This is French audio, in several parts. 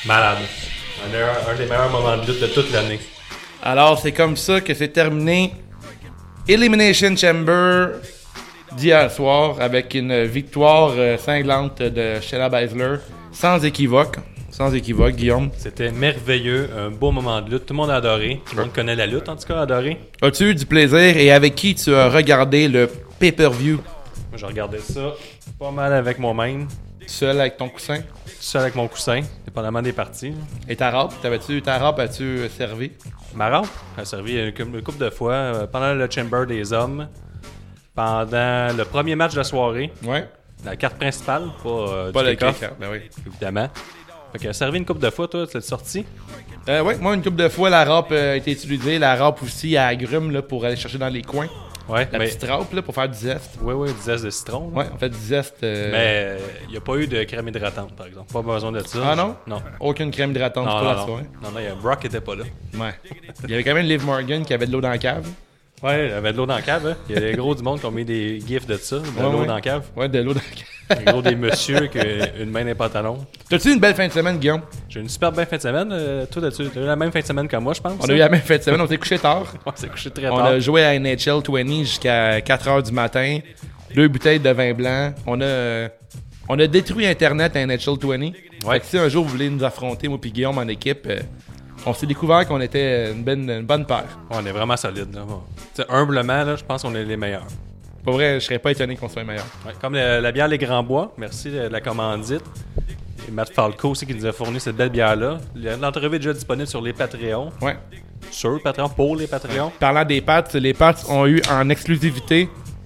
Malade. Un des meilleurs moments de lutte de toute l'année. Alors, c'est comme ça que c'est terminé Elimination Chamber d'hier soir avec une victoire cinglante de Shayna Baszler. Sans équivoque. Sans équivoque, Guillaume. C'était merveilleux, un beau moment de lutte. Tout le monde a adoré. Tout le monde connaît la lutte, en tout cas, adoré. As-tu eu du plaisir et avec qui tu as regardé le pay-per-view? Moi, je regardais ça pas mal avec moi-même. Seul avec ton coussin? Seul avec mon coussin, dépendamment des parties. Et ta robe? Ta robe as-tu servi? Ma rampe a servi une couple de fois pendant le Chamber des hommes, pendant le premier match de la soirée, Ouais. la carte principale, Pas du le kick-off, kick-off, ben oui. évidemment. Fait qu'elle a servi une couple de fois, toi, tu l'as sorti? Ouais, moi, une couple de fois, la râpe a été utilisée. La râpe aussi à agrumes là, pour aller chercher dans les coins. Ouais, La mais... petite râpe là, pour faire du zeste. Oui, du zeste de citron. Là. Ouais, on fait du zeste. Mais il n'y a pas eu de crème hydratante, par exemple. Pas besoin de ça. Ah non? Non. Aucune crème hydratante pour la soirée. Non, Brock était pas là. Ouais. Il y avait quand même Liv Morgan qui avait de l'eau dans la cave. Ouais, il y avait de l'eau dans la cave. Hein. Il y a des gros du monde qui ont mis des gifs de ça, de l'eau dans la cave. Ouais, de l'eau dans la cave. Des gros des messieurs qui ont une main dans les pantalons. T'as-tu une belle fin de semaine, Guillaume? J'ai une super belle fin de semaine. Toi, t'as eu la même fin de semaine que moi, je pense. On a eu la même fin de semaine. On s'est couché tard. On s'est couché très tard. On a joué à NHL 20 jusqu'à 4h du matin. 2 bouteilles de vin blanc. On a détruit Internet à NHL 20. Ouais. Fait que si un jour vous voulez nous affronter, moi et Guillaume en équipe, on s'est découvert qu'on était une bonne paire. Ouais, on est vraiment solide. Là. T'sais, humblement, là, je pense qu'on est les meilleurs. Pour vrai, je serais pas étonné qu'on soit les meilleurs. Ouais, comme la bière Les Grands Bois, merci de la commandite. Et Matt Falco aussi qui nous a fourni cette belle bière-là. L'entrevue est déjà disponible sur les Patreons. Ouais. Sur Patreon, pour les Patreons. Parlant des Pats, les Pats ont eu en exclusivité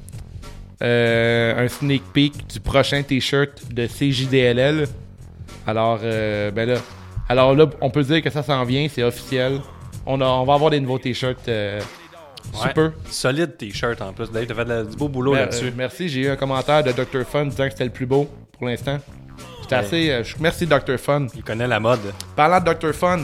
un sneak peek du prochain t-shirt de CJDLL. Alors, alors là, on peut dire que ça s'en vient, c'est officiel. On va avoir des nouveaux t-shirts super. Ouais, solide t-shirt en plus. Dave, t'as fait du beau boulot là-dessus. Merci, j'ai eu un commentaire de Dr. Fun disant que c'était le plus beau pour l'instant. J'étais assez... merci Dr. Fun. Il connaît la mode. Parlant de Dr. Fun...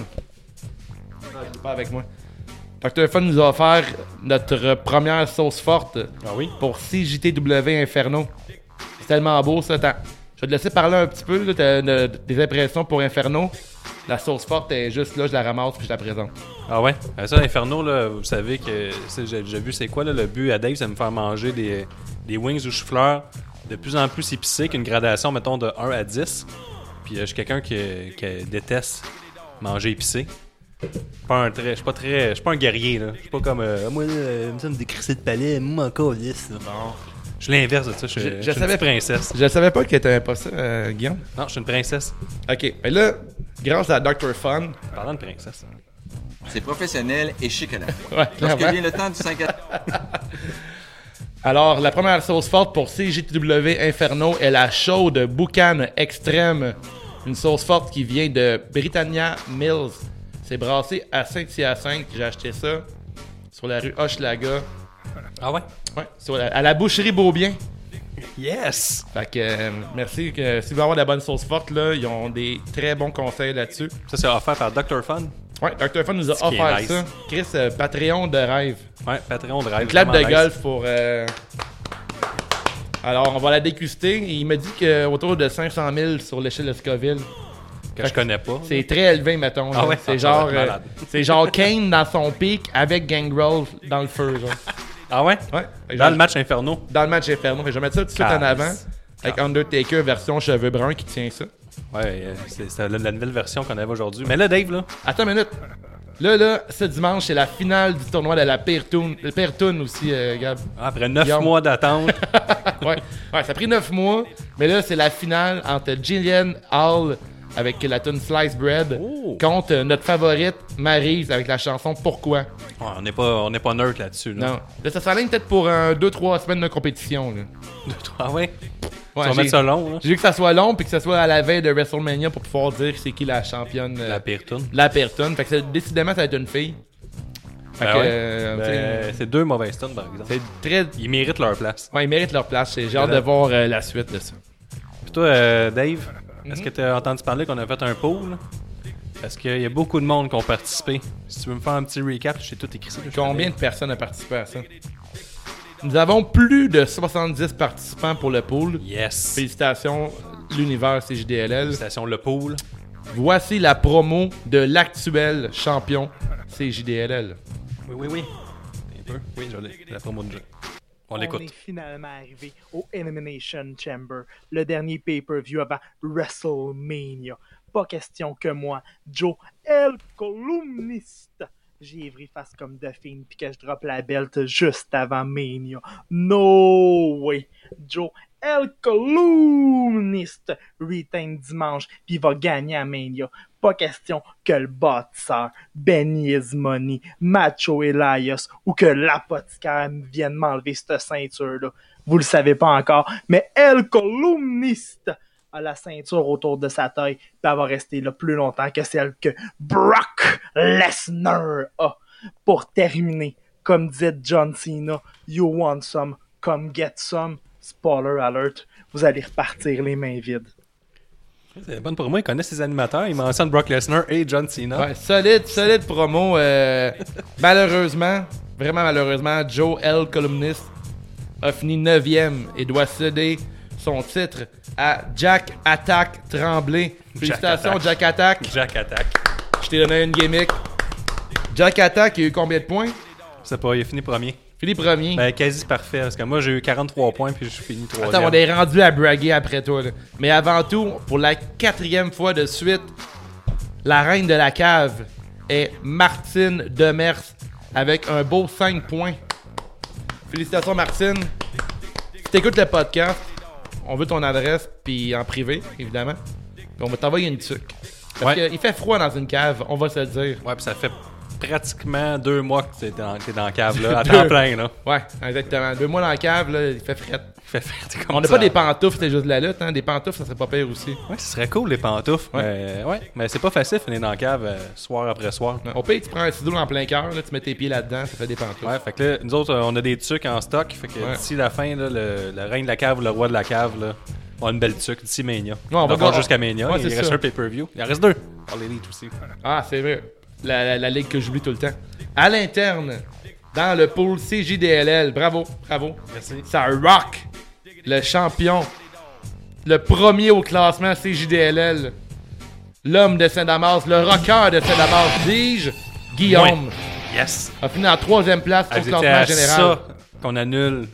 pas avec moi. Dr. Fun nous a offert notre première sauce forte pour CJTW Inferno. C'est tellement beau ça. Attends, je vais te laisser parler un petit peu là, des impressions pour Inferno. La sauce forte est juste là, je la ramasse puis je la présente. Ah ouais? Ça, Inferno, là, vous savez que j'ai déjà vu c'est quoi là, le but à Dave, c'est de me faire manger des wings au chou-fleur de plus en plus épicés qu'une gradation, mettons, de 1 à 10. Puis je suis quelqu'un qui déteste manger épicé. Je suis pas un guerrier, là. Je suis pas comme moi, me semble des crissés de palais, moi encore lisse. Bon. Je suis l'inverse de ça, je suis une princesse. Je savais pas que t'avais pas ça, Guillaume. Non, je suis une princesse. Ok, mais là, grâce à Dr. Fun. Parlant de princesse. C'est professionnel et chic à la fois. Ouais, lorsque vient le temps du 5 à... Alors, la première sauce forte pour CJTW Inferno est la chaude Boucan Extrême. Une sauce forte qui vient de Britannia Mills. C'est brassé à Saint-Hyacinthe. J'ai acheté ça sur la rue Hochelaga. Ah ouais? Ouais, à la boucherie Beaubien. Yes! Fait que merci. Si vous voulez avoir de la bonne sauce forte, là, ils ont des très bons conseils là-dessus. Ça, c'est offert par Dr. Fun? Ouais, Dr. Fun nous a offert ça. Chris, Patreon de rêve. Ouais, Patreon de rêve. Une clap de golf pour... Alors, on va la déguster. Il m'a dit qu'autour de 500 000 sur l'échelle de Scoville. Que je connais pas. C'est très élevé, mettons. Ah ouais? C'est genre Kane dans son pic avec Gangrel dans le feu. Genre. Ah ouais? Ouais. Dans le match Inferno? Dans le match Inferno. Je vais mettre ça tout de suite en avant. Avec Undertaker version cheveux bruns qui tient ça. Ouais, c'est la nouvelle version qu'on avait aujourd'hui. Mais là, Dave, là... Attends une minute. Là, ce dimanche, c'est la finale du tournoi de la Pire Toon aussi, Gab. Après 9 mois d'attente. ouais, ça a pris 9 mois. Mais là, c'est la finale entre Jillian Hall avec la tune Slice Bread contre notre favorite Maryse avec la chanson Pourquoi. Ouais, on n'est pas neutre là-dessus. Là. Non. Là, ça s'enligne peut-être pour 2-3 semaines de compétition. Là. Ah ouais? Ouais, tu vas mettre ça long. Là. J'ai vu que ça soit long puis que ça soit à la veille de WrestleMania pour pouvoir dire c'est qui la championne. La pire tune. La pire tune. Fait que décidément, ça va être une fille. Fait que, c'est 2 mauvaises tunes, par exemple. C'est très... Ils méritent leur place. Ouais, ils méritent leur place. J'ai hâte de voir la suite de ça. Puis toi, Dave, est-ce que tu as entendu parler qu'on a fait un pool? Parce qu'il y a beaucoup de monde qui ont participé. Si tu veux me faire un petit recap, j'ai tout écrit ça. Combien de personnes ont participé à ça? Nous avons plus de 70 participants pour le pool. Yes! Félicitations, l'univers CJDLL. Félicitations, le pool. Voici la promo de l'actuel champion CJDLL. Oui. Un peu. Oui, je l'ai. La promo de jeu. On l'écoute. On est finalement arrivé au Elimination Chamber, le dernier pay-per-view avant WrestleMania. Pas question que moi, Joe, El Columniste, j'y fasse comme The Fiend puis que je drop la belt juste avant Mania. No way! Joe, El Columniste, retain dimanche puis il va gagner à Mania. Pas question que le bâtisseur, Benny Is Money, Macho Elias ou que l'apothicaire vienne m'enlever cette ceinture-là. Vous le savez pas encore, mais El Columniste a la ceinture autour de sa taille puis elle va rester là plus longtemps que celle que Brock Lesnar a. Pour terminer, comme disait John Cena, you want some, come get some. Spoiler alert, vous allez repartir les mains vides. C'est bonne pour moi, il connaît ses animateurs, il mentionne Brock Lesnar et John Cena. Ouais, solide promo. Malheureusement, vraiment malheureusement, Joe L. Columnist a fini 9e et doit céder son titre à Jack Attack Tremblay. Félicitations, Jack Attack. Jack Attack. Je t'ai donné une gimmick. Jack Attack, il a eu combien de points? Je sais pas, il a fini premier. Fini premier. Ben, quasi parfait, parce que moi, j'ai eu 43 points, puis je suis fini 3e. Attends, on est rendu à braguer après toi, là. Mais avant tout, pour la 4e fois de suite, la reine de la cave est Martine Demers avec un beau 5 points. Félicitations, Martine. Si t'écoutes le podcast, on veut ton adresse, puis en privé, évidemment. Puis on va t'envoyer une tuque. Parce qu'il fait froid dans une cave, on va se le dire. Ouais, puis ça fait pratiquement 2 mois que t'es dans la cave, là, à temps plein, là. Ouais, exactement. 2 mois dans la cave, là, il fait fret. Comme On n'a ça. pas des pantoufles, c'est juste de la lutte, hein. Des pantoufles, ça serait pas pire aussi. Ouais, ce serait cool, les pantoufles. Mais c'est pas facile de finir dans la cave soir après soir. Ouais. Au pire, tu prends un ciseau en plein cœur, là, tu mets tes pieds là-dedans, ça fait des pantoufles. Ouais, fait que là, nous autres, on a des trucs en stock. Fait que d'ici la fin, là, le règne de la cave ou le roi de la cave, là, on a une belle tuque d'ici Mania. On va encore jusqu'à Mania. Ouais, il reste ça. un pay-per-view. Il en reste 2. Pour l'élite aussi. Ah, c'est vrai. La ligue que j'oublie tout le temps. À l'interne, dans le pool CJDLL, bravo. Merci. Ça rock. Le champion. Le premier au classement CJDLL. L'homme de Saint-Damas, le rocker de Saint-Damas, dis-je, Guillaume. Ouais. Yes. A fini en 3e place au C'était classement à général. ça qu'on annule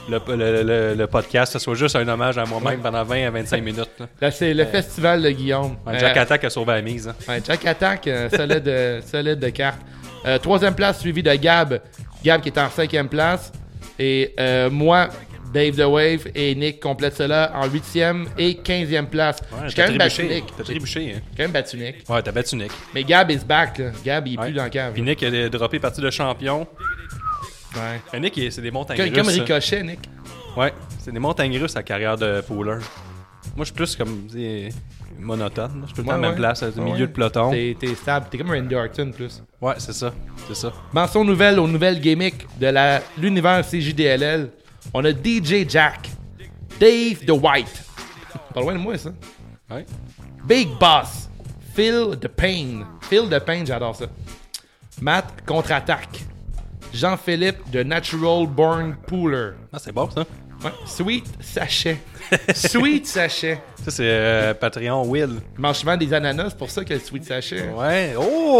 le podcast. Que ce soit juste un hommage à moi-même pendant 20 à 25 minutes. Là. Là, c'est le festival de Guillaume. Jack Attack a sauvé la mise. Hein. Ouais, Jack Attack, solide de carte. 3e place suivi de Gab. Gab qui est en 5e place. Et moi, Dave The Wave et Nick complètent cela en 8e et 15e place. Ouais, J'ai quand même battu trébuché. Nick. T'as trébuché. Hein. J'ai quand même battu Nick. Ouais, t'as battu Nick. Mais Gab is back. Là. Gab, il est Ouais. plus dans le cave. Puis Nick a droppé partie de champion. Ouais. Mais Nick, c'est des montagnes Comme russes. Ricochet, Nick. Ouais, c'est des montagnes russes sa carrière de pooler. Moi, je suis plus comme monotone. Je suis tout le temps à la même place, au milieu de peloton. T'es stable. T'es comme Randy Orton plus. Ouais, c'est ça. C'est ça. Mention nouvelle aux nouvelles gimmicks de l'univers CJDLL. On a DJ Jack. Dave The White. Pas loin de moi, ça. Ouais. Big Boss. Phil The Pain. Phil The Pain, j'adore ça. Matt Contre-Attaque. Jean-Philippe The Natural Born Pooler. Ah, c'est bon, ça. Ouais. Sweet Sachet. Sweet Sachet. Ça, c'est Patreon Will. Il mange souvent des ananas, c'est pour ça que le Sweet Sachet. Ouais.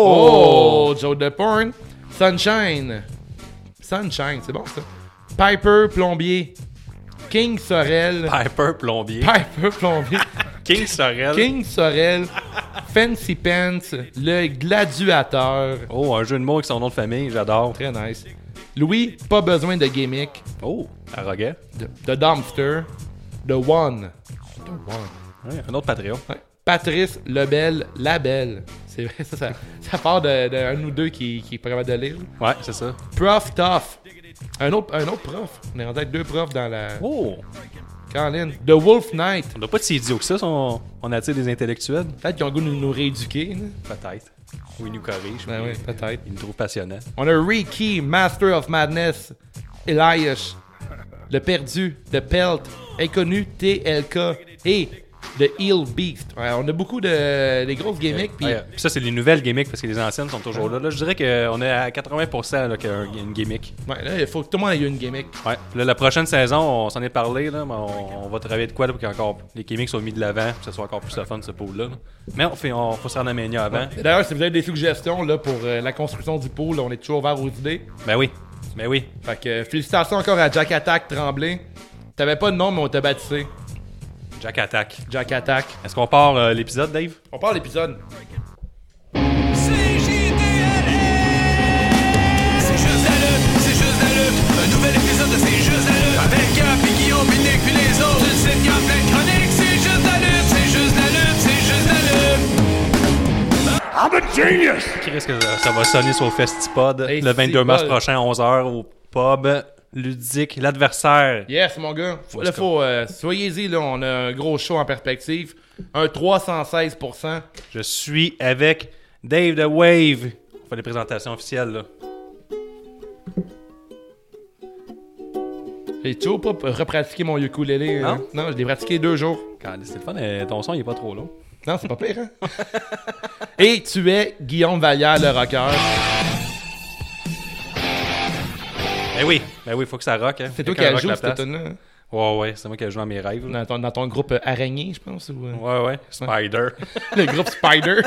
Oh! Joe The Porn. Sunshine. Sunshine, c'est bon ça. Piper Plombier. King Sorel. Piper Plombier. Piper Plombier. King Sorel. King Sorel. Fancy Pants. Le Gladiateur. Oh, un jeu de mots avec son nom de famille, j'adore. Très nice. Louis, pas besoin de gimmick. Oh, arrogant. The Dumpster. The One. The One. Ouais, un autre Patreon. Ouais. Patrice Lebel, Label. C'est vrai, ça part d'un ou deux qui est pas capable de lire. Ouais, c'est ça. Prof Tough. Un autre prof. On est rendu avec 2 profs dans la. Oh! Caroline. The Wolf Knight. On doit pas être si idiot que ça, on attire des intellectuels. Peut-être qu'ils ont le goût de nous rééduquer. Là. Peut-être. Ou ils nous corrigent. Ben ou oui, peut-être. Ils nous trouvent passionnants. On a Ricky, Master of Madness. Elias. Le Perdu. The Pelt. Inconnu TLK. Et The Heel Beast. Ouais, on a beaucoup des grosses gimmicks. Puis Puis ça, c'est les nouvelles gimmicks parce que les anciennes sont toujours là. Là, je dirais qu'on est à 80% là, qu'il y a une gimmick. ouais, là, il faut que tout le monde ait une gimmick. Ouais. Puis là, la prochaine saison, on s'en est parlé, là, mais on va travailler de quoi là, pour que les gimmicks soient mis de l'avant, que ce soit encore plus le fun, ce pool-là. Là. Mais faut se rendre à Mania avant. Ouais. D'ailleurs, si vous avez des suggestions là, pour la construction du pool, là, on est toujours ouvert aux idées. Ben oui. Ben oui. Fait que félicitations encore à Jack Attack Tremblay. T'avais pas de nom, mais on t'a baptisé. Jack Attack. Jack Attack. Est-ce qu'on part l'épisode, Dave? On part l'épisode. C'est juste la lutte, c'est juste la lutte. Un nouvel épisode de C'est juste la lutte. Avec Gap et Guillaume, Nick puis les autres. Une sitcom plein de chroniques. C'est juste la lutte, c'est juste la lutte, c'est juste la lutte. I'm a genius! Qui risque que ça va sonner sur le Festipod Hey, le 22 mars c'est prochain à 11h au pub ludique, l'adversaire. Yes, mon gars. Là, soyez-y, là, on a un gros show en perspective. Un 316%. Je suis avec Dave the Wave. On fait les présentations officielles, là. J'ai toujours pas repratiqué mon ukulélé. Non? Non, je l'ai pratiqué 2 jours. C'est le fun, ton son il est pas trop long. Non, c'est pas pire, hein? Et tu es Guillaume Vallière, le rocker. Ben oui, faut que ça rock. Hein. C'est toi qui Quelqu'un as rock joué la cette place. tune-là. Hein? Ouais, c'est moi qui ai joué dans mes rêves. Là. Dans ton groupe Araignée, je pense. Ou... Ouais, Spider. Le groupe Spider.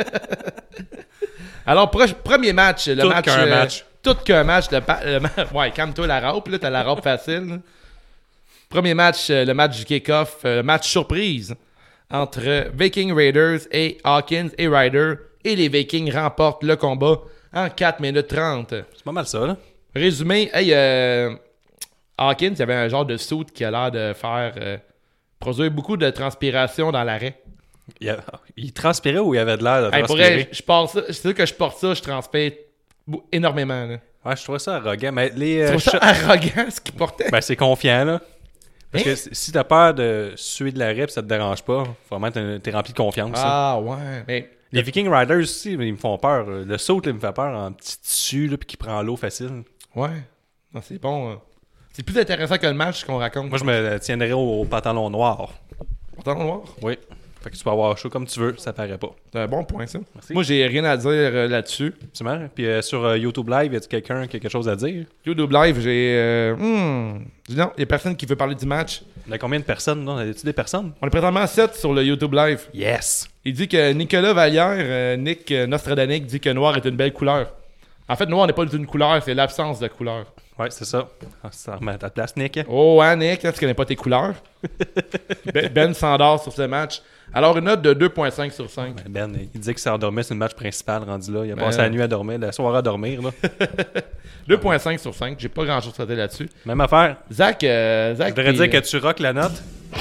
Alors, premier match. Le Tout match, qu'un match. Tout qu'un match. Ouais, calme-toi la raupe, là. T'as la raupe facile. Là. Premier match, le match du kick-off. Le match surprise entre Viking Raiders et Hawkins et Ryder. Et les Vikings remportent le combat en 4 minutes 30. C'est pas mal ça, là. Résumé, hey, Hawkins, il y avait un genre de suit qui a l'air de faire produire beaucoup de transpiration dans l'arrêt. Il transpirait ou il avait de l'air de Hey, transpirer? c'est sûr que je porte ça, je transpire énormément. Là. Ouais, je trouvais ça arrogant. Mais Tu trouves ça arrogant ce qu'il portait? Ben, c'est confiant, là. Parce Hein? que si t'as peur de suer de l'arrêt pis ça te dérange pas, vraiment t'es rempli de confiance. Ah, ouais. Mais Les Viking Riders aussi, ils me font peur. Le saut, il me fait peur en petit tissu, là, pis qui prend l'eau facile. ouais. Non, c'est bon. C'est plus intéressant que le match qu'on raconte. Moi, je me tiendrais au pantalon noir. Pantalon noir. Oui. Fait que tu peux avoir chaud comme tu veux, ça paraît pas. C'est un bon point, ça. Merci. Moi, j'ai rien à dire là-dessus. C'est marrant. Puis sur YouTube Live, y a-t-il quelqu'un qui a quelque chose à dire? YouTube Live, j'ai... Non, il y a personne qui veut parler du match. On a combien de personnes, là? Y a-t-il des personnes? On est présentement 7 sur le YouTube Live. Yes! Il dit que Nicolas Vallière, Nick Nostradanic, dit que noir est une belle couleur. En fait, noir n'est pas une couleur, c'est l'absence de couleur. Ouais, c'est ça. Ça remet à ta place, Nick. Oh, hein, Nick, là, tu connais pas tes couleurs. Ben s'endort sur ce match. Alors, une note de 2.5 sur 5. Ben, il disait que ça endormait, c'est le match principal rendu là. Il a passé la nuit à dormir, la soirée à dormir, là. 2.5 sur 5, j'ai pas grand-chose à dire là-dessus. Même affaire. Zach, Je voudrais dire que tu rock la note.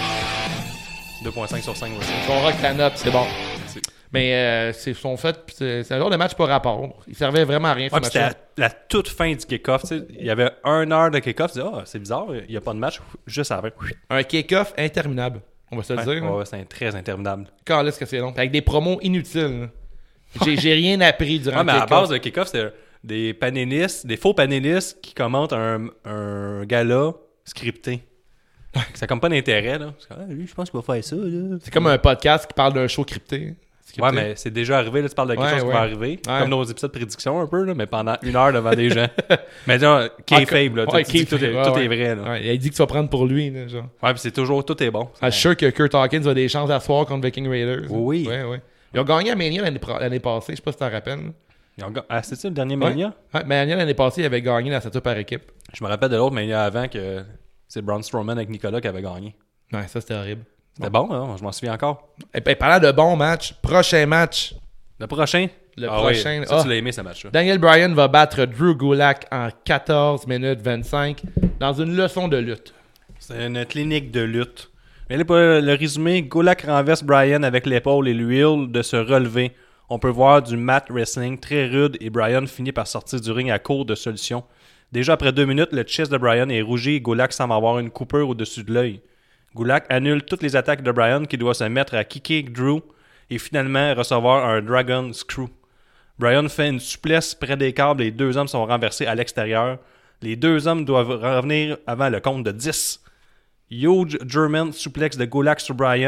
2.5 sur 5 aussi. on rock la note, c'est bon. Merci. Mais c'est son fait, c'est un genre de match par rapport. Il servait vraiment à rien, ce Ouais, puis c'était match-là. la toute fin du kick-off. Tu sais. Il y avait 1 heure de kick-off. Tu dis, c'est bizarre, il n'y a pas de match. Juste avant. Un kick-off interminable, on va se le dire. là. Ouais, c'est très interminable. Quand est-ce que c'est long? Avec des promos inutiles. là. J'ai rien appris durant Ouais, mais le à la kick-off. base, le kick-off, c'est des panélistes, des faux panélistes qui commentent un gala scripté. Ça n'a comme pas d'intérêt, là. Parce que, lui, je pense qu'il va faire ça, là. C'est comme un podcast qui parle d'un show crypté. Ouais, mais c'est déjà arrivé, là, tu parles de quelque chose qui va arriver. Ouais. Comme nos épisodes de prédiction, un peu, là, mais pendant 1 heure devant des gens. Mais disons, kayfabe, là. Ouais, Tu dis que tout kayfabe, est vrai, là. Ouais, il dit que tu vas prendre pour lui. Là, genre. Ouais, puis c'est toujours, tout est bon. Je suis sûr que Kurt Hawkins a des chances à soir contre Viking Raiders. Oui. Ouais. Ils ont gagné à Mania l'année passée, je sais pas si tu t'en rappelles. Ah, c'est-tu le dernier Mania? Ouais, Mania l'année passée, il avait gagné la statue par équipe. Je me rappelle de l'autre Mania avant que c'est Braun Strowman avec Nicolas qui avait gagné. Ouais, ça c'était horrible. C'était bon, hein? Je m'en souviens encore. Et puis, parlant de bons matchs, prochain match. Le prochain? Le Ah prochain. oui, ça, tu l'as aimé, ce match-là. Daniel Bryan va battre Drew Gulak en 14 minutes 25 dans une leçon de lutte. C'est une clinique de lutte. Mais là, pour le résumé, Gulak renverse Bryan avec l'épaule et l'huile de se relever. On peut voir du mat wrestling très rude et Bryan finit par sortir du ring à court de solutions. Déjà après 2 minutes, le chest de Bryan est rougi et Gulak semble avoir une coupure au-dessus de l'œil. Gulak annule toutes les attaques de Bryan qui doit se mettre à kicker Drew et finalement recevoir un Dragon Screw. Bryan fait une souplesse près des câbles et les 2 hommes sont renversés à l'extérieur. Les 2 hommes doivent revenir avant le compte de 10. Huge German suplex de Gulak sur Bryan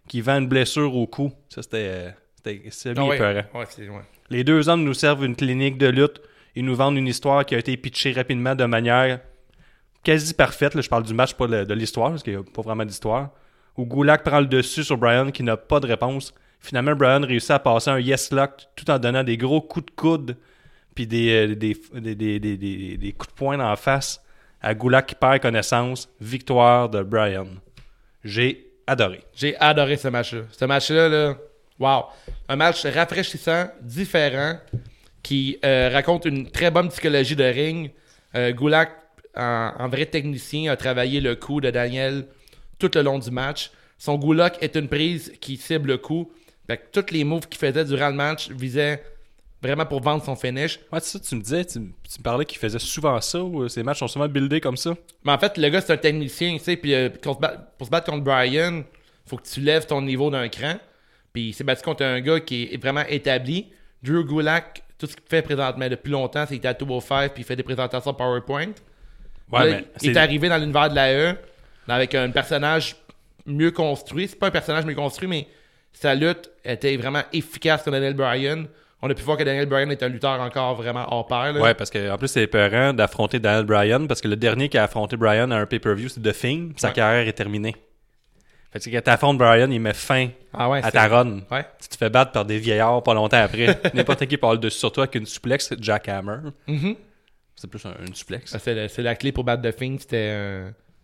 qui vend une blessure au cou. Ça, c'est bien épeurant. Ouais. Les deux hommes nous servent une clinique de lutte. Ils nous vendent une histoire qui a été pitchée rapidement de manière quasi parfaite. Là, je parle du match, pas de l'histoire, parce qu'il n'y a pas vraiment d'histoire. Où Gulak prend le dessus sur Bryan, qui n'a pas de réponse. Finalement, Bryan réussit à passer un yes lock tout en donnant des gros coups de coude puis des coups de poing en face à Gulak qui perd connaissance. Victoire de Bryan. J'ai adoré. J'ai adoré ce match-là. Ce match-là, là, wow. Un match rafraîchissant, différent, qui raconte une très bonne psychologie de ring. Gulak, en vrai technicien, a travaillé le coup de Daniel tout le long du match. Son Gulak est une prise qui cible le coup. Fait que tous les moves qu'il faisait durant le match visaient vraiment pour vendre son finish. Ouais, c'est ça, tu me disais, tu me parlais qu'il faisait souvent ça, ou ces matchs sont souvent buildés comme ça. Mais en fait, le gars, c'est un technicien, tu sais, puis pour se battre contre Bryan, faut que tu lèves ton niveau d'un cran. Puis il s'est battu contre un gars qui est vraiment établi. Drew Gulak, tout ce qu'il fait présentement depuis longtemps, c'est qu'il est à 205 puis il fait des présentations PowerPoint. Ouais, là, il est arrivé dans l'univers de l'AE avec un personnage mieux construit. C'est pas un personnage mieux construit, mais sa lutte était vraiment efficace contre Daniel Bryan. On a pu voir que Daniel Bryan est un lutteur encore vraiment hors pair. Là. Ouais, parce qu'en plus, c'est épeurant d'affronter Daniel Bryan, parce que le dernier qui a affronté Bryan à un pay-per-view, c'est The Thing, puis sa carrière est terminée. Fait que quand t'affrontes Bryan, il met fin à ta run. Ouais. Tu te fais battre par des vieillards pas longtemps après. N'importe qui parle dessus sur toi avec une suplex, jackhammer. Mm-hmm. C'est plus une suplex. C'est la clé pour battre The Thing, c'était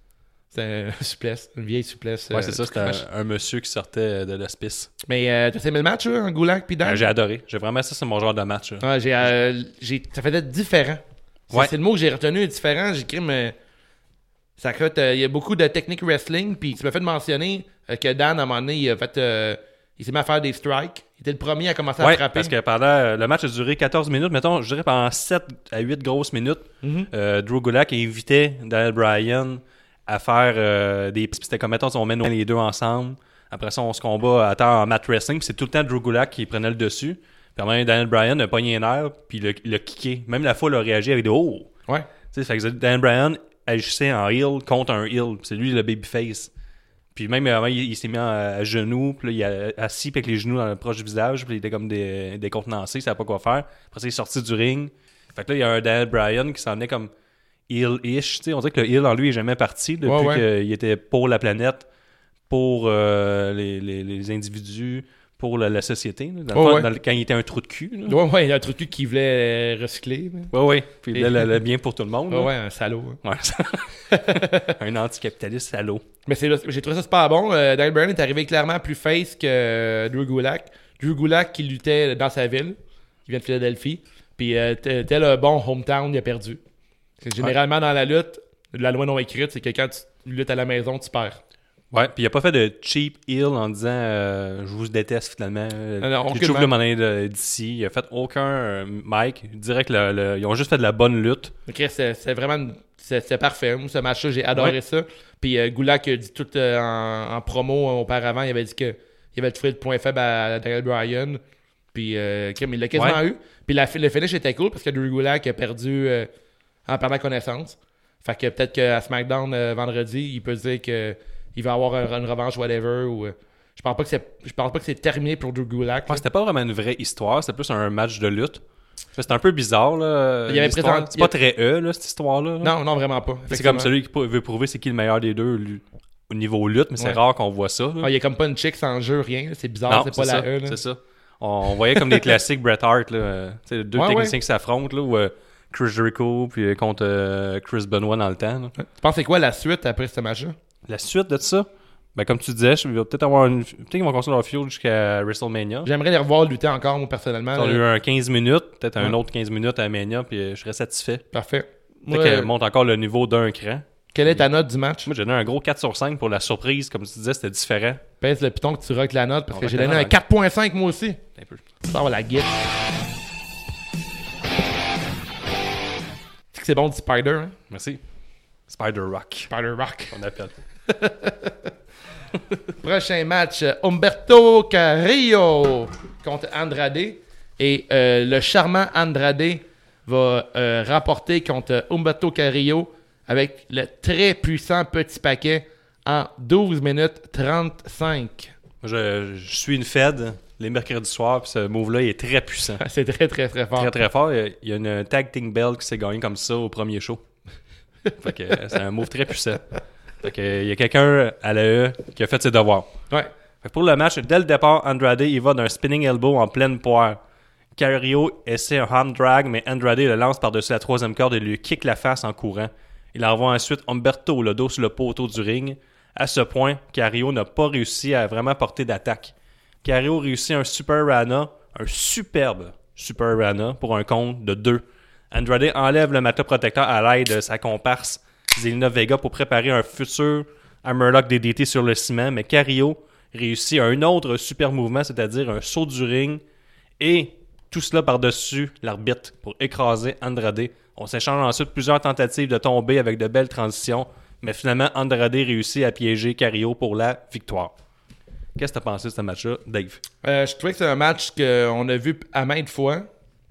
une souplesse, une vieille souplesse. Ouais, c'est ça, c'était un monsieur qui sortait de l'hospice. Mais t'as aimé le match, là, en Gulak puis Dan? J'ai adoré. J'ai vraiment ça, c'est mon genre de match. Ouais, ça faisait différent. C'est le mot que j'ai retenu, différent. J'ai écrit, mais ça coûte. Il y a beaucoup de technique wrestling, puis tu m'as fait mentionner que Dan, à un moment donné, il s'est mis à faire des strikes. Il était le premier à commencer à frapper. Parce que pendant le match a duré 14 minutes, mettons, je dirais pendant 7 à 8 grosses minutes, Drew Gulak invitait Daniel Bryan à faire des... C'était comme, mettons, on met les deux ensemble. Après ça, on se combat à terre en mat wrestling. Puis c'est tout le temps Drew Gulak qui prenait le dessus. Puis même Daniel Bryan a pogné un air, puis il a kické. Même la foule a réagi avec des « Oh! » Ouais. Tu sais, fait que Daniel Bryan agissait en heel contre un heel. C'est lui le babyface. Puis même, il s'est mis à genoux, puis là, il a assis avec les genoux dans le proche du visage, puis il était comme décontenancé, il savait pas quoi faire. Après ça, il est sorti du ring. Fait que là, il y a un Daniel Bryan qui s'en venait comme heel-ish. Tu sais, on dirait que le heel en lui est jamais parti depuis qu'il était pour la planète, pour les individus, pour la société. Quand il était un trou de cul. Ouais, il y a un trou de cul qui voulait recycler. Ouais. Puis le bien pour tout le monde. Ouais, un salaud. Ouais. Un anticapitaliste salaud. Mais j'ai trouvé ça super bon. Daniel Bryan est arrivé clairement plus face que Drew Gulak. Drew Gulak qui luttait dans sa ville. Il vient de Philadelphie. Puis tel un bon hometown, il a perdu. Généralement, dans la lutte, la loi non écrite, c'est que quand tu luttes à la maison, tu perds. Ouais, puis il a pas fait de cheap heel en disant je vous déteste finalement. Je trouve le monnaie d'ici. Il a fait aucun mic. Je dirais que ils ont juste fait de la bonne lutte. Ok, c'est vraiment c'est parfait. Moi, ce match-là, j'ai adoré ça. Puis Gulak a dit tout en promo auparavant, il avait dit qu'il avait trouvé le point faible à Daniel Bryan. Puis il l'a quasiment eu. Puis le finish était cool parce que Drew Gulak a perdu en perdant connaissance. Fait que peut-être qu'à SmackDown vendredi, il peut se dire qu'il va avoir une revanche, whatever. Ou, je pense pas que c'est terminé pour Drew Gulak. C'était pas vraiment une vraie histoire, c'était plus un match de lutte. C'était un peu bizarre, là. C'est pas très là, cette histoire-là. Non, vraiment pas. C'est comme celui qui veut prouver c'est qui le meilleur des deux au niveau lutte, mais c'est rare qu'on voit ça. Il y a comme pas une chick sans jeu, rien. C'est bizarre, non, c'est pas la E. C'est ça. On voyait comme des classiques Bret Hart, là. Deux techniciens qui s'affrontent, là, où Chris Jericho puis contre Chris Benoit dans le temps. Tu penses c'est quoi la suite après ce match-là? La suite de ça? Ben, comme tu disais, il va peut-être avoir peut-être qu'ils vont construire leur feud jusqu'à WrestleMania. J'aimerais les revoir lutter encore, moi, personnellement. On a eu un 15 minutes, peut-être un autre 15 minutes à Mania, puis je serais satisfait. Parfait. Peut-être qu'elle monte encore le niveau d'un cran. Quelle est ta note du match? Moi, j'ai donné un gros 4 sur 5 pour la surprise. Comme tu disais, c'était différent. Pèse le piton que tu rock la note, parce que j'ai donné un 4.5 moi aussi. Un peu. Ça va la guide. Tu sais que c'est bon du Spider, hein? Merci. Spider-Rock. Spider-Rock. On appelle. Prochain match, Humberto Carrillo contre Andrade. Et le charmant Andrade va rapporter contre Humberto Carrillo avec le très puissant petit paquet en 12 minutes 35. Je suis une Fed les mercredis soirs, puis ce move-là il est très puissant. C'est très, très, très fort. Très, très fort. Il y a une tag team belt qui s'est gagnée comme ça au premier show. Fait que c'est un move très puissant. Fait que il y a quelqu'un à l'AE qui a fait ses devoirs. Ouais. Fait que pour le match, dès le départ, Andrade il va d'un spinning elbow en pleine poire. Carrillo essaie un arm drag, mais Andrade le lance par-dessus la troisième corde et lui kick la face en courant. Il envoie ensuite Humberto le dos sur le poteau du ring. À ce point, Carrillo n'a pas réussi à vraiment porter d'attaque. Carrillo réussit un super Rana, un superbe super Rana pour un compte de 2. Andrade enlève le matelas protecteur à l'aide de sa comparse Zelina Vega pour préparer un futur Hammerlock DDT sur le ciment, mais Carrillo réussit un autre super mouvement, c'est-à-dire un saut du ring et tout cela par-dessus l'arbitre pour écraser Andrade. On s'échange ensuite plusieurs tentatives de tomber avec de belles transitions, mais finalement Andrade réussit à piéger Carrillo pour la victoire. Qu'est-ce que tu as pensé de ce match-là, Dave? Je trouvais que c'est un match qu'on a vu à maintes fois.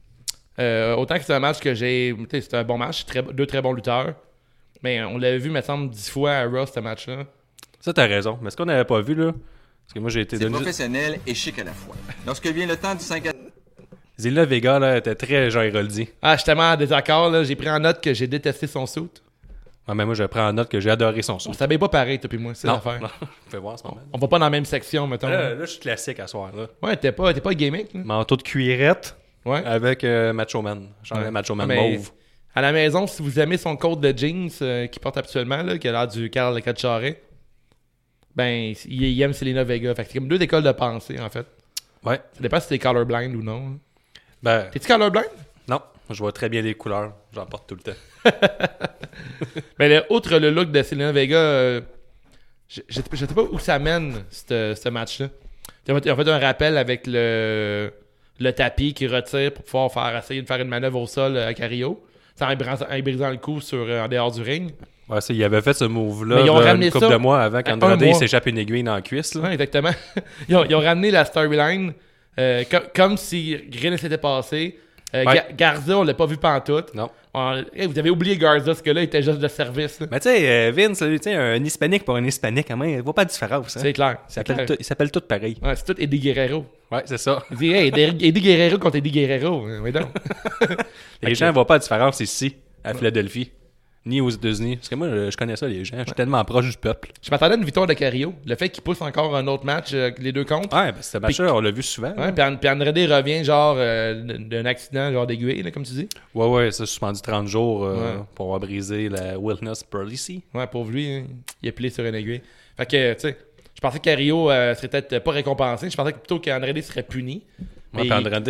Autant que c'est un match que j'ai... C'était un bon match, deux très bons lutteurs. Mais on l'avait vu, me semble, 10 fois à Raw, ce match-là. Ça, t'as raison. Mais ce qu'on n'avait pas vu, là... Parce que moi, j'ai été C'est professionnel et chic à la fois. Lorsque vient le temps du 5 à... Zelina Vega, là, était très Jean Héroldi. Ah, je suis tellement en désaccord, là. J'ai pris en note que j'ai détesté son suit. Ah, mais moi, je prends en note que j'ai adoré son On son. s'habille pas pareil, toi pis moi, c'est l'affaire. Non, fais voir ce moment. On va pas dans la même section, mettons. Là, je suis classique à soir, là. Ouais, t'es pas gimmick, là. Manteau de cuirette Ouais. avec Macho Man. Genre Ouais. Macho Man Mais mauve. À la maison, si vous aimez son code de jeans qu'il porte absolument, là, qui a l'air du Carl Lecatcharet, ben, il aime Zelina Vega. Fait que c'est comme deux écoles de pensée, en fait. Ouais. Ça dépend si t'es colorblind ou non. Ben, T'es-tu colorblind? non. Je vois très bien les couleurs. J'en porte tout le temps. Mais là, outre le look de Zelina Vega, je sais pas où ça mène, ce match-là. Ils ont fait un rappel avec le tapis qui retire pour pouvoir essayer de faire une manœuvre au sol à Carrillo, en brisant le cou en dehors du ring. Ouais, il avait fait ce move-là Mais ils ont là, ramené une couple ça de mois avant à qu'Andrade un mois. s'échappe une aiguille dans la cuisse. Là. Ouais, exactement. Ils ont ramené la storyline comme si rien ne s'était passé. Ouais. Garza, on l'a pas vu pantoute. Non. Vous avez oublié Garza, ce gars-là, il était juste de service. Là. Mais tu sais, Vince, lui, un hispanique pour un hispanique, quand même, il voit pas de différence. Hein? C'est clair. Il s'appelle tout pareil. Ouais, c'est tout Eddie Guerrero. Ouais, c'est ça. Il dit, hey, Eddie Guerrero contre Eddie Guerrero. Oui, donc. Les gens ne voient pas de différence ici, à Philadelphie, ni aux États-Unis. Parce que moi, je connais ça, les gens. Je suis tellement proche du peuple. Je m'attendais à une victoire de Carrillo. Le fait qu'il pousse encore un autre match, les deux contre. Ouais, ben, ce match-là, on l'a vu souvent. Ouais, puis Andrade revient genre d'un accident, genre d'aiguille, là, comme tu dis. Ouais, ça suspendu 30 jours Ouais. pour avoir brisé la wellness policy. Ouais, pauvre lui, hein, il a pilé sur une aiguille. Fait que, tu sais, je pensais que Carrillo serait peut-être pas récompensé. Je pensais que plutôt qu'Andrade serait puni. Moi, puis Andrade,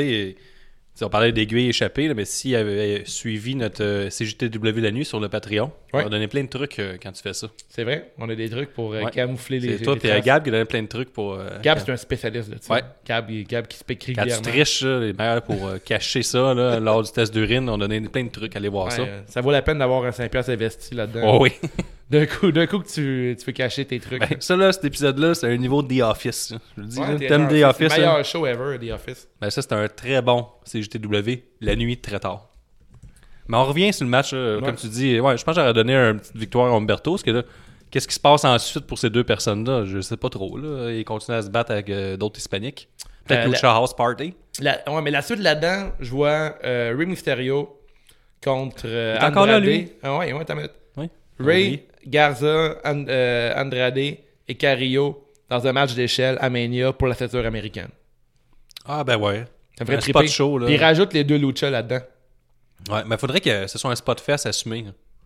on parlait d'aiguilles échappées, là, mais s'il avait suivi notre CJTW la nuit sur le Patreon, on Ouais. va donner plein de trucs quand tu fais ça. C'est vrai, on a des trucs pour Ouais. camoufler les. C'est toi les et traces. Gab qui donnait plein de trucs pour. Gab, c'est un spécialiste là-dessus. Ouais. Gab qui se pique Quand tu régulièrement. triches, là, les meilleurs pour cacher ça là, lors du test d'urine, on donnait plein de trucs. Allez voir Ouais, ça. ça vaut la peine d'avoir un 5$ investi là-dedans. Oh oui. D'un coup que tu veux cacher tes trucs. Ben, ça, là, cet épisode-là, c'est un niveau de The Office. Là. Je le dis, Ouais, là, t'es t'aimes genre, The c'est Office. le là? meilleur show ever, The Office. Ben, ça, c'est un très bon CJTW, la nuit, très tard. Mais on revient sur le match, là, Ouais. comme tu dis. Ouais, je pense que j'aurais donné une petite victoire à Humberto, parce que là, qu'est-ce qui se passe ensuite pour ces deux personnes-là? Je sais pas trop. Là. Ils continuent à se battre avec d'autres hispaniques. Peut-être Lucha House Party. Ouais, mais la suite là-dedans, je vois Rey Mysterio contre est encore là, Andrade. lui? Ah ouais, t'as minute. Oui. Ray, Garza, Andrade et Carrillo dans un match d'échelle à Mania pour la ceinture américaine. Ah, ben ouais. Ça me ferait Un triper. spot show, là. Puis il rajoute les deux luchas là-dedans. Ouais, mais faudrait que ce soit un spot fest assumé. Tu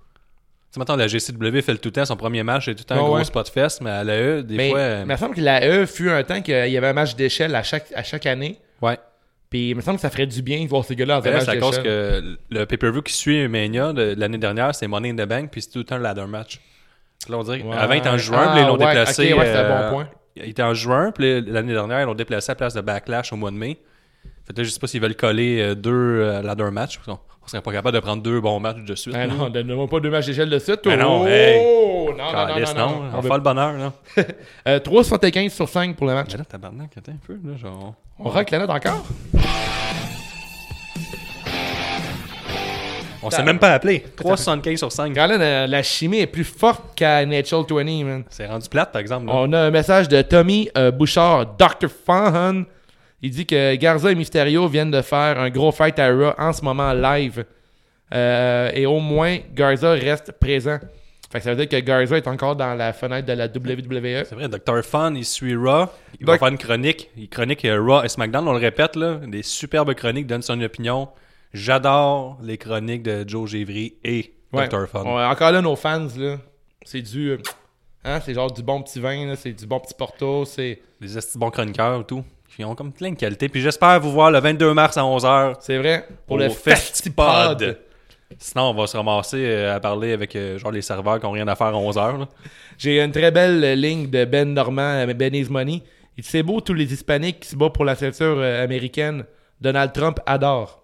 sais, maintenant, la GCW fait le tout le temps, son premier match, c'est tout le temps un gros spot fest, mais à l'AE, des fois. Mais il me semble que la E fut un temps qu'il y avait un match d'échelle à chaque année. Ouais. Puis il me semble que ça ferait du bien de voir ces gars-là dans un Là, match c'est à cause d'échelle. que le pay-per-view qui suit Mania de l'année dernière, c'est Money in the Bank, puis c'est tout le temps un ladder match. Là, on dirait Ouais. avant, il était en juin, puis là, ils l'ont ouais, déplacé. ok, ouais, c'est un bon point. Il était en juin, puis l'année dernière, ils l'ont déplacé à la place de Backlash au mois de mai. Fait que là, je sais pas s'ils veulent coller deux ladder match. On serait pas capable de prendre deux bons matchs de suite. Ah là. non, donne-moi pas deux matchs d'échelle de suite. Ben non, oh, hey. non, Calisse, non. On va faire le bonheur, là. 3,75 sur 5 pour le match. Mais là, tabarnak, attends un peu, là, genre... On rock la note encore? On s'est même pas appelé. 3,75 sur 5. Quand là, la chimie est plus forte qu'à Natural 20, man. C'est rendu plate, par exemple. Là. On a un message de Tommy Bouchard, Dr. Fahan. Il dit que Garza et Mysterio viennent de faire un gros fight à Raw en ce moment live. Et au moins, Garza reste présent. Fait que ça veut dire que Garza est encore dans la fenêtre de la WWE. C'est vrai, Dr. Fun, il suit Raw. Il va faire une chronique. Il chronique Raw et SmackDown. On le répète, là. Des superbes chroniques, donne son opinion. J'adore les chroniques de Joe Gévry et Dr. Fun. Ouais, encore là, nos fans, là, c'est du... c'est genre du bon petit vin, là, c'est du bon petit Porto, c'est... Des esti bons chroniqueurs et tout. Ils ont comme plein de qualités. Puis j'espère vous voir le 22 mars à 11h. C'est vrai. Pour le Festipod. Festipod. Sinon, on va se ramasser à parler avec genre les serveurs qui n'ont rien à faire à 11h. J'ai une très belle ligne de Ben Normand, Ben Is Money. Il dit, c'est beau tous les Hispaniques qui se battent pour la ceinture américaine. Donald Trump adore.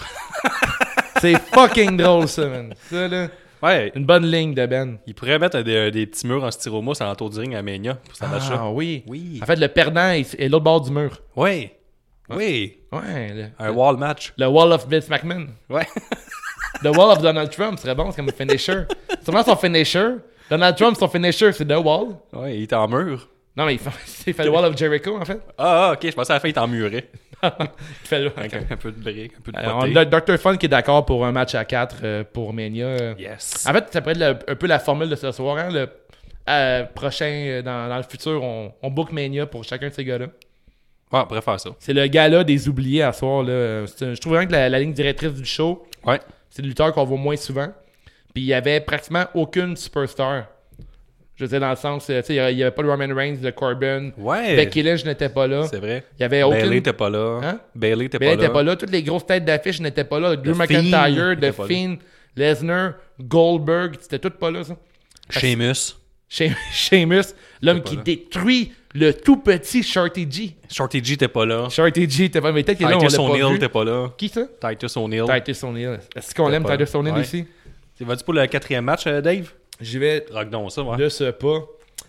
C'est fucking drôle, ça, man. Ça, là, Ouais. une bonne ligne de Ben. Il pourrait mettre des petits murs en styromousse à l'entour du ring à Mania pour ça match là. Ah oui. Oui. En fait, le perdant est l'autre bord du mur. Oui. Oui. Ouais. Un wall match. Le Wall of Vince McMahon. Ouais. The Wall of Donald Trump serait bon, c'est comme un finisher. Sûrement son finisher. Donald Trump, son finisher, c'est The Wall. Ouais, il est en mur. Non, mais il fait le Wall of Jericho, en fait. Ok, je pensais à la fin il est en muré. Il fait le... Avec un peu de briques, un peu de on poté. a Dr. Fun qui est d'accord pour un match à 4 pour Mania. Yes. En fait, ça pourrait être un peu la formule de ce soir. Hein? Le prochain, dans le futur, on book Mania pour chacun de ces gars-là. Ouais, on pourrait faire ça. C'est le gars-là des oubliés à soir. Là. Je trouve vraiment que la ligne directrice du show, Ouais. c'est le lutteur qu'on voit moins souvent. Puis il y avait pratiquement aucune superstar. Je veux dire, dans le sens, tu sais, il n'y avait pas le Roman Reigns, le Corbin. Ouais. Becky Lynch n'était pas là. C'est vrai. Il y avait aucune... Bailey n'était pas là. Hein? Bailey n'était Bailey pas n'était là. pas là. Toutes les grosses têtes d'affiche n'étaient pas là. Drew The McIntyre, Fiend The était pas là. Fiend, Lesnar, Goldberg, c'était toutes pas là, ça. Sheamus. Sheamus, l'homme pas qui là. détruit le tout petit Shorty G. Shorty G n'était pas là. Shorty G, t'es pas... Mais peut-être que là, on Titus l'a pas O'Neil vu. n'était pas là. Qui ça? Titus O'Neil. Titus O'Neil. Est-ce qu'on l'aime, pas là. Titus O'Neil, Ouais. ici? Tu vas-tu pour le 4e match, Dave? J'y vais Rock donc ça, ouais. de ce pas.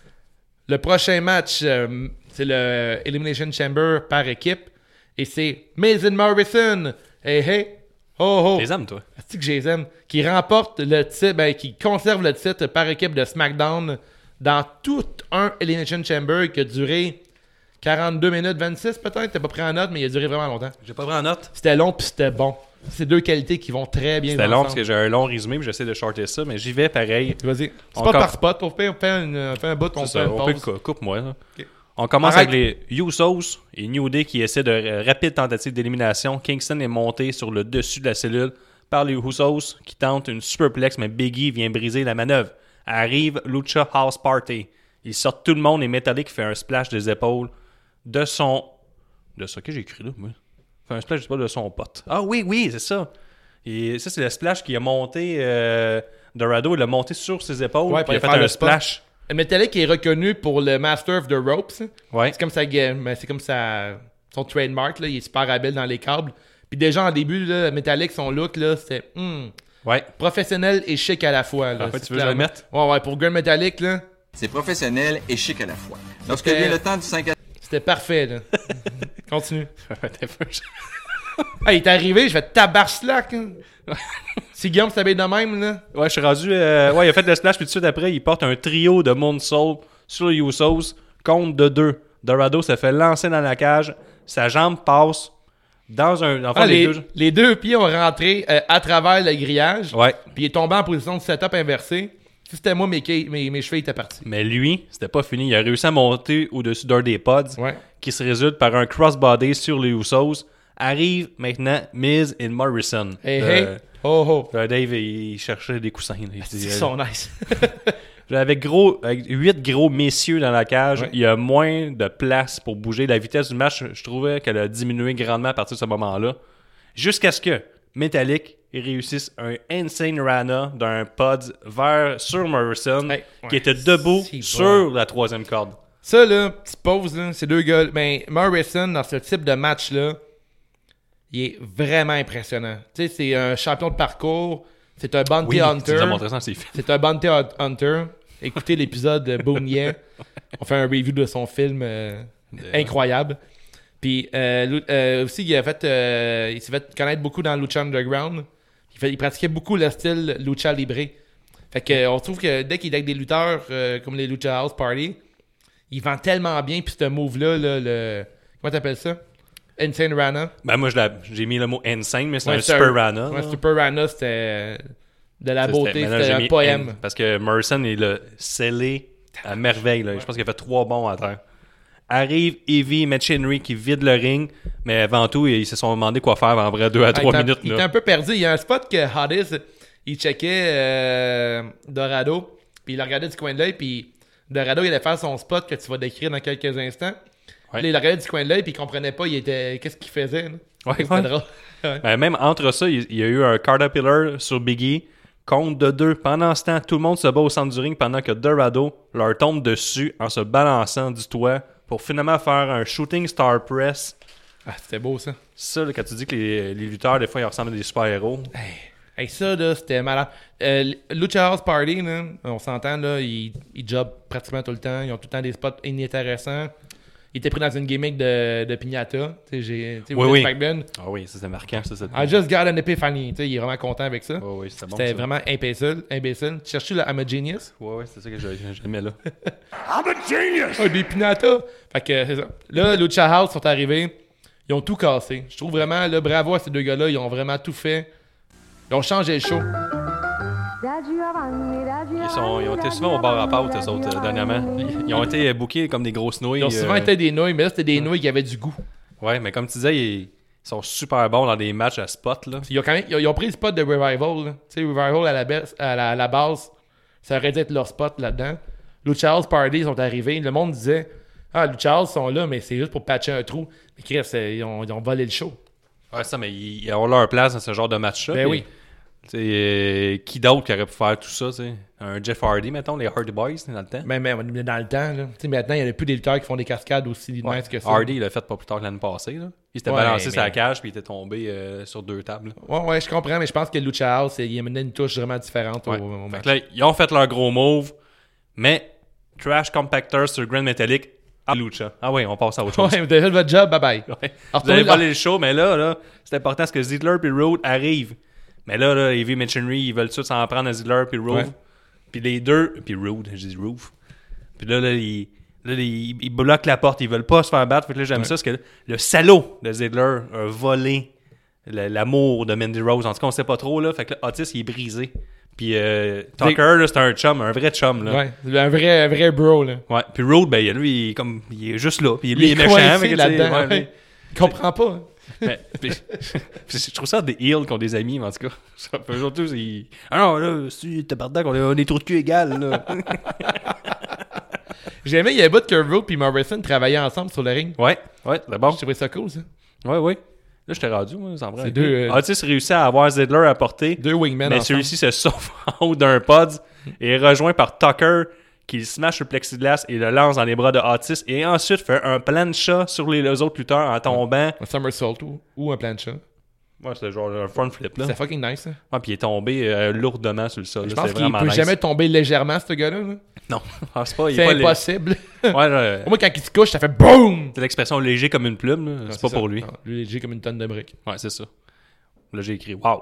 Le prochain match, c'est le Elimination Chamber par équipe. Et c'est Miz and Morrison. Hey, hey. Ho, ho. Tu les aimes, toi? C'est que je les aime. Qui remporte le titre, qui conserve le titre par équipe de SmackDown dans tout un Elimination Chamber qui a duré 42 minutes 26 peut-être. T'as pas pris en note, mais il a duré vraiment longtemps. J'ai pas pris en note. C'était long puis c'était bon. C'est deux qualités qui vont très bien C'était ensemble. long parce que j'ai un long résumé puis j'essaie de shorter ça, mais j'y vais pareil. Vas-y. On Spot com- par spot. On fait un bout, on C'est fait ça, une on peut pause. coupe-moi. Là. Ok. On commence Arrête. avec les Usos et New Day qui essaient de rapide tentative d'élimination. Kingston est monté sur le dessus de la cellule par les Usos qui tentent une superplex, mais Biggie vient briser la manœuvre. Arrive Lucha House Party. Ils sortent tout le monde et Metallic fait un splash des épaules de son... De ça que j'ai écrit là, moi. Fait un splash des épaules de son pote. Ah oui, c'est ça. Et ça, c'est le splash qui a monté... Dorado, il a monté sur ses épaules Ouais, puis il a pour fait faire un le spot. splash. Metallic est reconnu pour le Master of the Ropes. Ouais. C'est comme son trademark. Là. Il est super habile dans les câbles. Puis déjà en début, là, Metallic, son look, là, c'était Ouais. professionnel et chic à la fois. Là. En fait, C'est tu veux que je le clairement- mette? Ouais, pour Grand Metallic, là, C'est professionnel et chic à la fois. Lorsque C'était- vient le temps du 5 à c'était parfait. Là. Continue. T'es fou. Ah, il est arrivé, je vais tabarslack. Hein. Si Guillaume s'habille de même, là. Ouais, je suis rendu. Ouais, il a fait le splash, puis tout de suite après, il porte un trio de Moonsault sur les Usos, compte de 2. Dorado se fait lancer dans la cage, sa jambe passe dans un. Enfin, Les deux pieds ont rentré à travers le grillage. Ouais. Puis il est tombé en position de setup inversé. Si c'était moi, mes cheveux étaient partis. Mais lui, c'était pas fini. Il a réussi à monter au-dessus d'un des pods, Ouais. qui se résulte par un crossbody sur les Usos. Arrive maintenant Miz et Morrison. Hey, hey. Oh, oh. Dave, il cherchait des coussins. Là. Il dit, Ils sont nice. avec 8 gros messieurs dans la cage, Ouais. il y a moins de place pour bouger. La vitesse du match, je trouvais qu'elle a diminué grandement à partir de ce moment-là. Jusqu'à ce que Metallic réussisse un insane Rana d'un pod sur Morrison, Hey, qui ouais. était debout C'est sur la 3e corde. Ça, là, petite pause, là, ces deux gars. Ben, Morrison, dans ce type de match-là, il est vraiment impressionnant. Tu sais, c'est un champion de parcours. C'est un bounty Tu hunter. nous as montré ça dans ses films. C'est un bounty hunter. Écoutez l'épisode de Boom Yeah. On fait un review de son film incroyable. Puis aussi, il s'est fait connaître beaucoup dans Lucha Underground. il pratiquait beaucoup le style lucha libre. Fait que on trouve que dès qu'il est avec des lutteurs comme les Lucha House Party, il vend tellement bien. Puis ce move-là, le comment t'appelles ça? Insane Rana. Ben moi, j'ai mis le mot insane, mais c'est un Super Rana. Ouais, Super Rana, c'était de la beauté, maintenant, c'était un poème. Parce que Morrison, il l'a scellé à merveille. Là. Je pense qu'il a fait 3 bons à terre. Arrive Evie et Mitch Henry qui vident le ring, mais avant tout, ils se sont demandé quoi faire en vrai 2 à 3 minutes. Il était un peu perdu. Il y a un spot que Hottis, il checkait Dorado, puis il le regardait du coin de l'œil, puis Dorado, il allait faire son spot que tu vas décrire dans quelques instants. Ouais. Là, il le regardait du coin de l'œil, puis il comprenait pas qu'est-ce qu'il faisait. Là. Ouais, c'était drôle. Ben, même entre ça, il y a eu un Caterpillar sur Biggie, compte de 2. Pendant ce temps, tout le monde se bat au centre du ring pendant que Dorado leur tombe dessus en se balançant du toit pour finalement faire un shooting star press. Ah, c'était beau ça. Ça, là, quand tu dis que les lutteurs, des fois, ils ressemblent à des super-héros. Hey, ça, là, c'était malade. Lucha House Party, là, on s'entend, là, ils jobbent pratiquement tout le temps. Ils ont tout le temps des spots inintéressants. Il était pris dans une gimmick de Piñata. Oui. McMahon. Ah oui, ça, c'est marquant. Ça, I just got an epiphany. Il est vraiment content avec ça. Oui, c'était bon. C'était ça. vraiment imbécile. Tu cherches le I'm a Genius? Oui, c'est ça que j'aimais là. I'm a genius! Oh, des Piñata! Fait que c'est ça. Là, Lucha House sont arrivés. Ils ont tout cassé. Je trouve vraiment, là, bravo à ces deux gars-là. Ils ont vraiment tout fait. Ils ont changé le show. Ils ont été souvent au bar à pâte, eux autres, dernièrement. Ils ont été bookés comme des grosses nouilles. Ils ont souvent été des nouilles, mais là, c'était des nouilles qui avaient du goût. Ouais, mais comme tu disais, ils sont super bons dans des matchs à spot, là. Ils ont pris le spot de Revival. Tu sais, Revival à la base, ça aurait dû être leur spot là-dedans. Lucha House Party, ils sont arrivés. Le monde disait Lucha House sont là, mais c'est juste pour patcher un trou. Mais Chris, ils ont volé le show. Ouais, ça, mais ils ont leur place dans ce genre de match-là. Ben oui. Qui d'autre qui aurait pu faire tout ça, tu sais? Un Jeff Hardy, mettons, les Hardy Boys, dans le temps. Mais dans le temps, là. Tu sais, maintenant, il n'y a plus des lutteurs qui font des cascades aussi minces que ça. Hardy, il l'a fait pas plus tard que l'année passée, là. Il s'était balancé sa cage, puis il était tombé sur 2 tables. Ouais, je comprends, mais je pense que Lucha House, il amenait une touche vraiment différente au match. Là, ils ont fait leur gros move, mais Trash Compactor sur Grand Metallic à Lucha. Ah oui, on passe à autre chose. Ouais, vous avez fait votre job, bye bye. Ouais. Vous avez volé le show, mais là, c'est important parce que Ziggler et Roode arrivent. Mais là, Evie et Mitch Henry, ils veulent tous s'en prendre à Ziggler puis Roode. Ouais. Puis les deux, puis Roode, je dis Roof. Puis là, ils bloquent la porte, ils veulent pas se faire battre. Fait que là, j'aime ça parce que le salaud de Ziggler a volé l'amour de Mandy Rose. En tout cas, on sait pas trop, là. Fait que là, Otis, il est brisé. Puis Tucker, là, c'est un chum, un vrai chum, là. Ouais, un vrai bro, là. Ouais, puis Roode, ben, lui, il est juste là. Puis lui, il est méchant. Mais là-dedans, ouais. Il comprend pas, hein. Je trouve ça des heels qui ont des amis, mais en tout cas. Aujourd'hui, ah non, là, si t'es pardon qu'on a des trous de cul égales, là. J'aimais, il y avait pas de que Roode et Morrison travaillaient ensemble sur le ring. Ouais, c'est bon. Je trouvais ça cool, ça. Ouais. Là, je t'ai rendu, moi, sans vrai. C'est deux. Otis réussit à avoir Ziggler à porter. 2 wingmen. Mais celui-ci se sauve en haut d'un pod et est rejoint par Tucker qui le smash le plexiglas et le lance dans les bras de Otis et ensuite fait un plancha sur les autres lutteurs en tombant. Un somersault ou un plancha. Ouais, c'était genre un front flip, là. C'est fucking nice, ça. Ouais, puis il est tombé lourdement sur le sol. Je pense qu'il peut jamais tomber légèrement, ce gars-là. Là. Non, c'est impossible. Ouais, moi, quand il se couche, ça fait BOOM! C'est l'expression léger comme une plume, là. C'est pas ça. pour lui. Non, lui, léger comme une tonne de briques. Ouais, c'est ça. Là, j'ai écrit wow.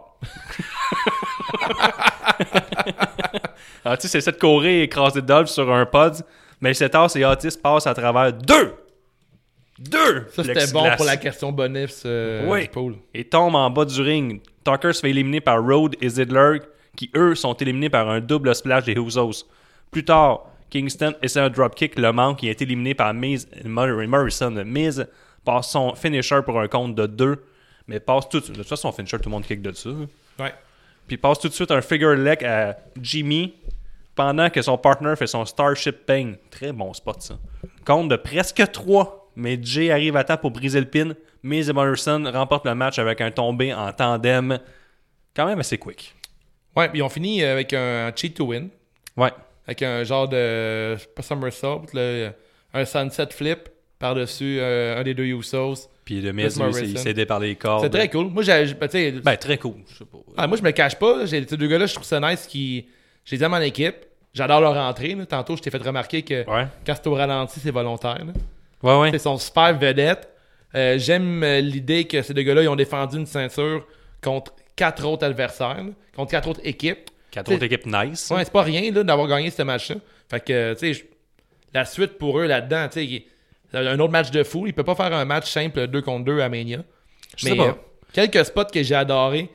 Otis essaie de courir et écraser Dolph sur un pod, mais cette tasse et Otis passe à travers deux. Ça, c'était bon pour la question bonus du pool. Et tombe en bas du ring. Tucker se fait éliminer par Roode et Ziggler, qui eux sont éliminés par un double splash des Usos. Plus tard, Kingston essaie un dropkick, le manque, qui est éliminé par Miz et Morrison. Miz passe son finisher pour un compte de 2, mais passe tout de suite. De toute façon, son finisher, tout le monde kick de ça. Ouais. Puis passe tout de suite un figure leg à Jimmy pendant que son partner fait son Starship Pain. Très bon spot, ça. Compte de presque 3. Mais Jay arrive à temps pour briser le pin. Miz et Morrison remportent le match avec un tombé en tandem. Quand même assez quick. Ouais, ils ont fini avec un cheat to win. Ouais. Avec un genre de... pas somersault, là, un sunset flip par-dessus un des deux Usos. Puis le Miz, il s'est aidé par les cordes. C'est très cool. Moi, très cool. Je sais pas. Moi, je me cache pas. Ces deux gars-là, je trouve ça nice. J'ai dit à mon équipe. J'adore leur entrée. Là. Tantôt, je t'ai fait remarquer que quand c'est au ralenti, c'est volontaire. Là. Ouais. C'est son super vedette. J'aime l'idée que ces deux gars-là, ils ont défendu une ceinture contre 4 autres adversaires, là, contre 4 autres équipes. 4 autres équipes nice. Ouais, c'est pas rien là, d'avoir gagné ce match-là. Fait que, tu sais, la suite pour eux là-dedans, tu sais, un autre match de fou. Il peut pas faire un match simple 2 contre 2 à Mania. Je sais pas. Quelques spots que j'ai adorés.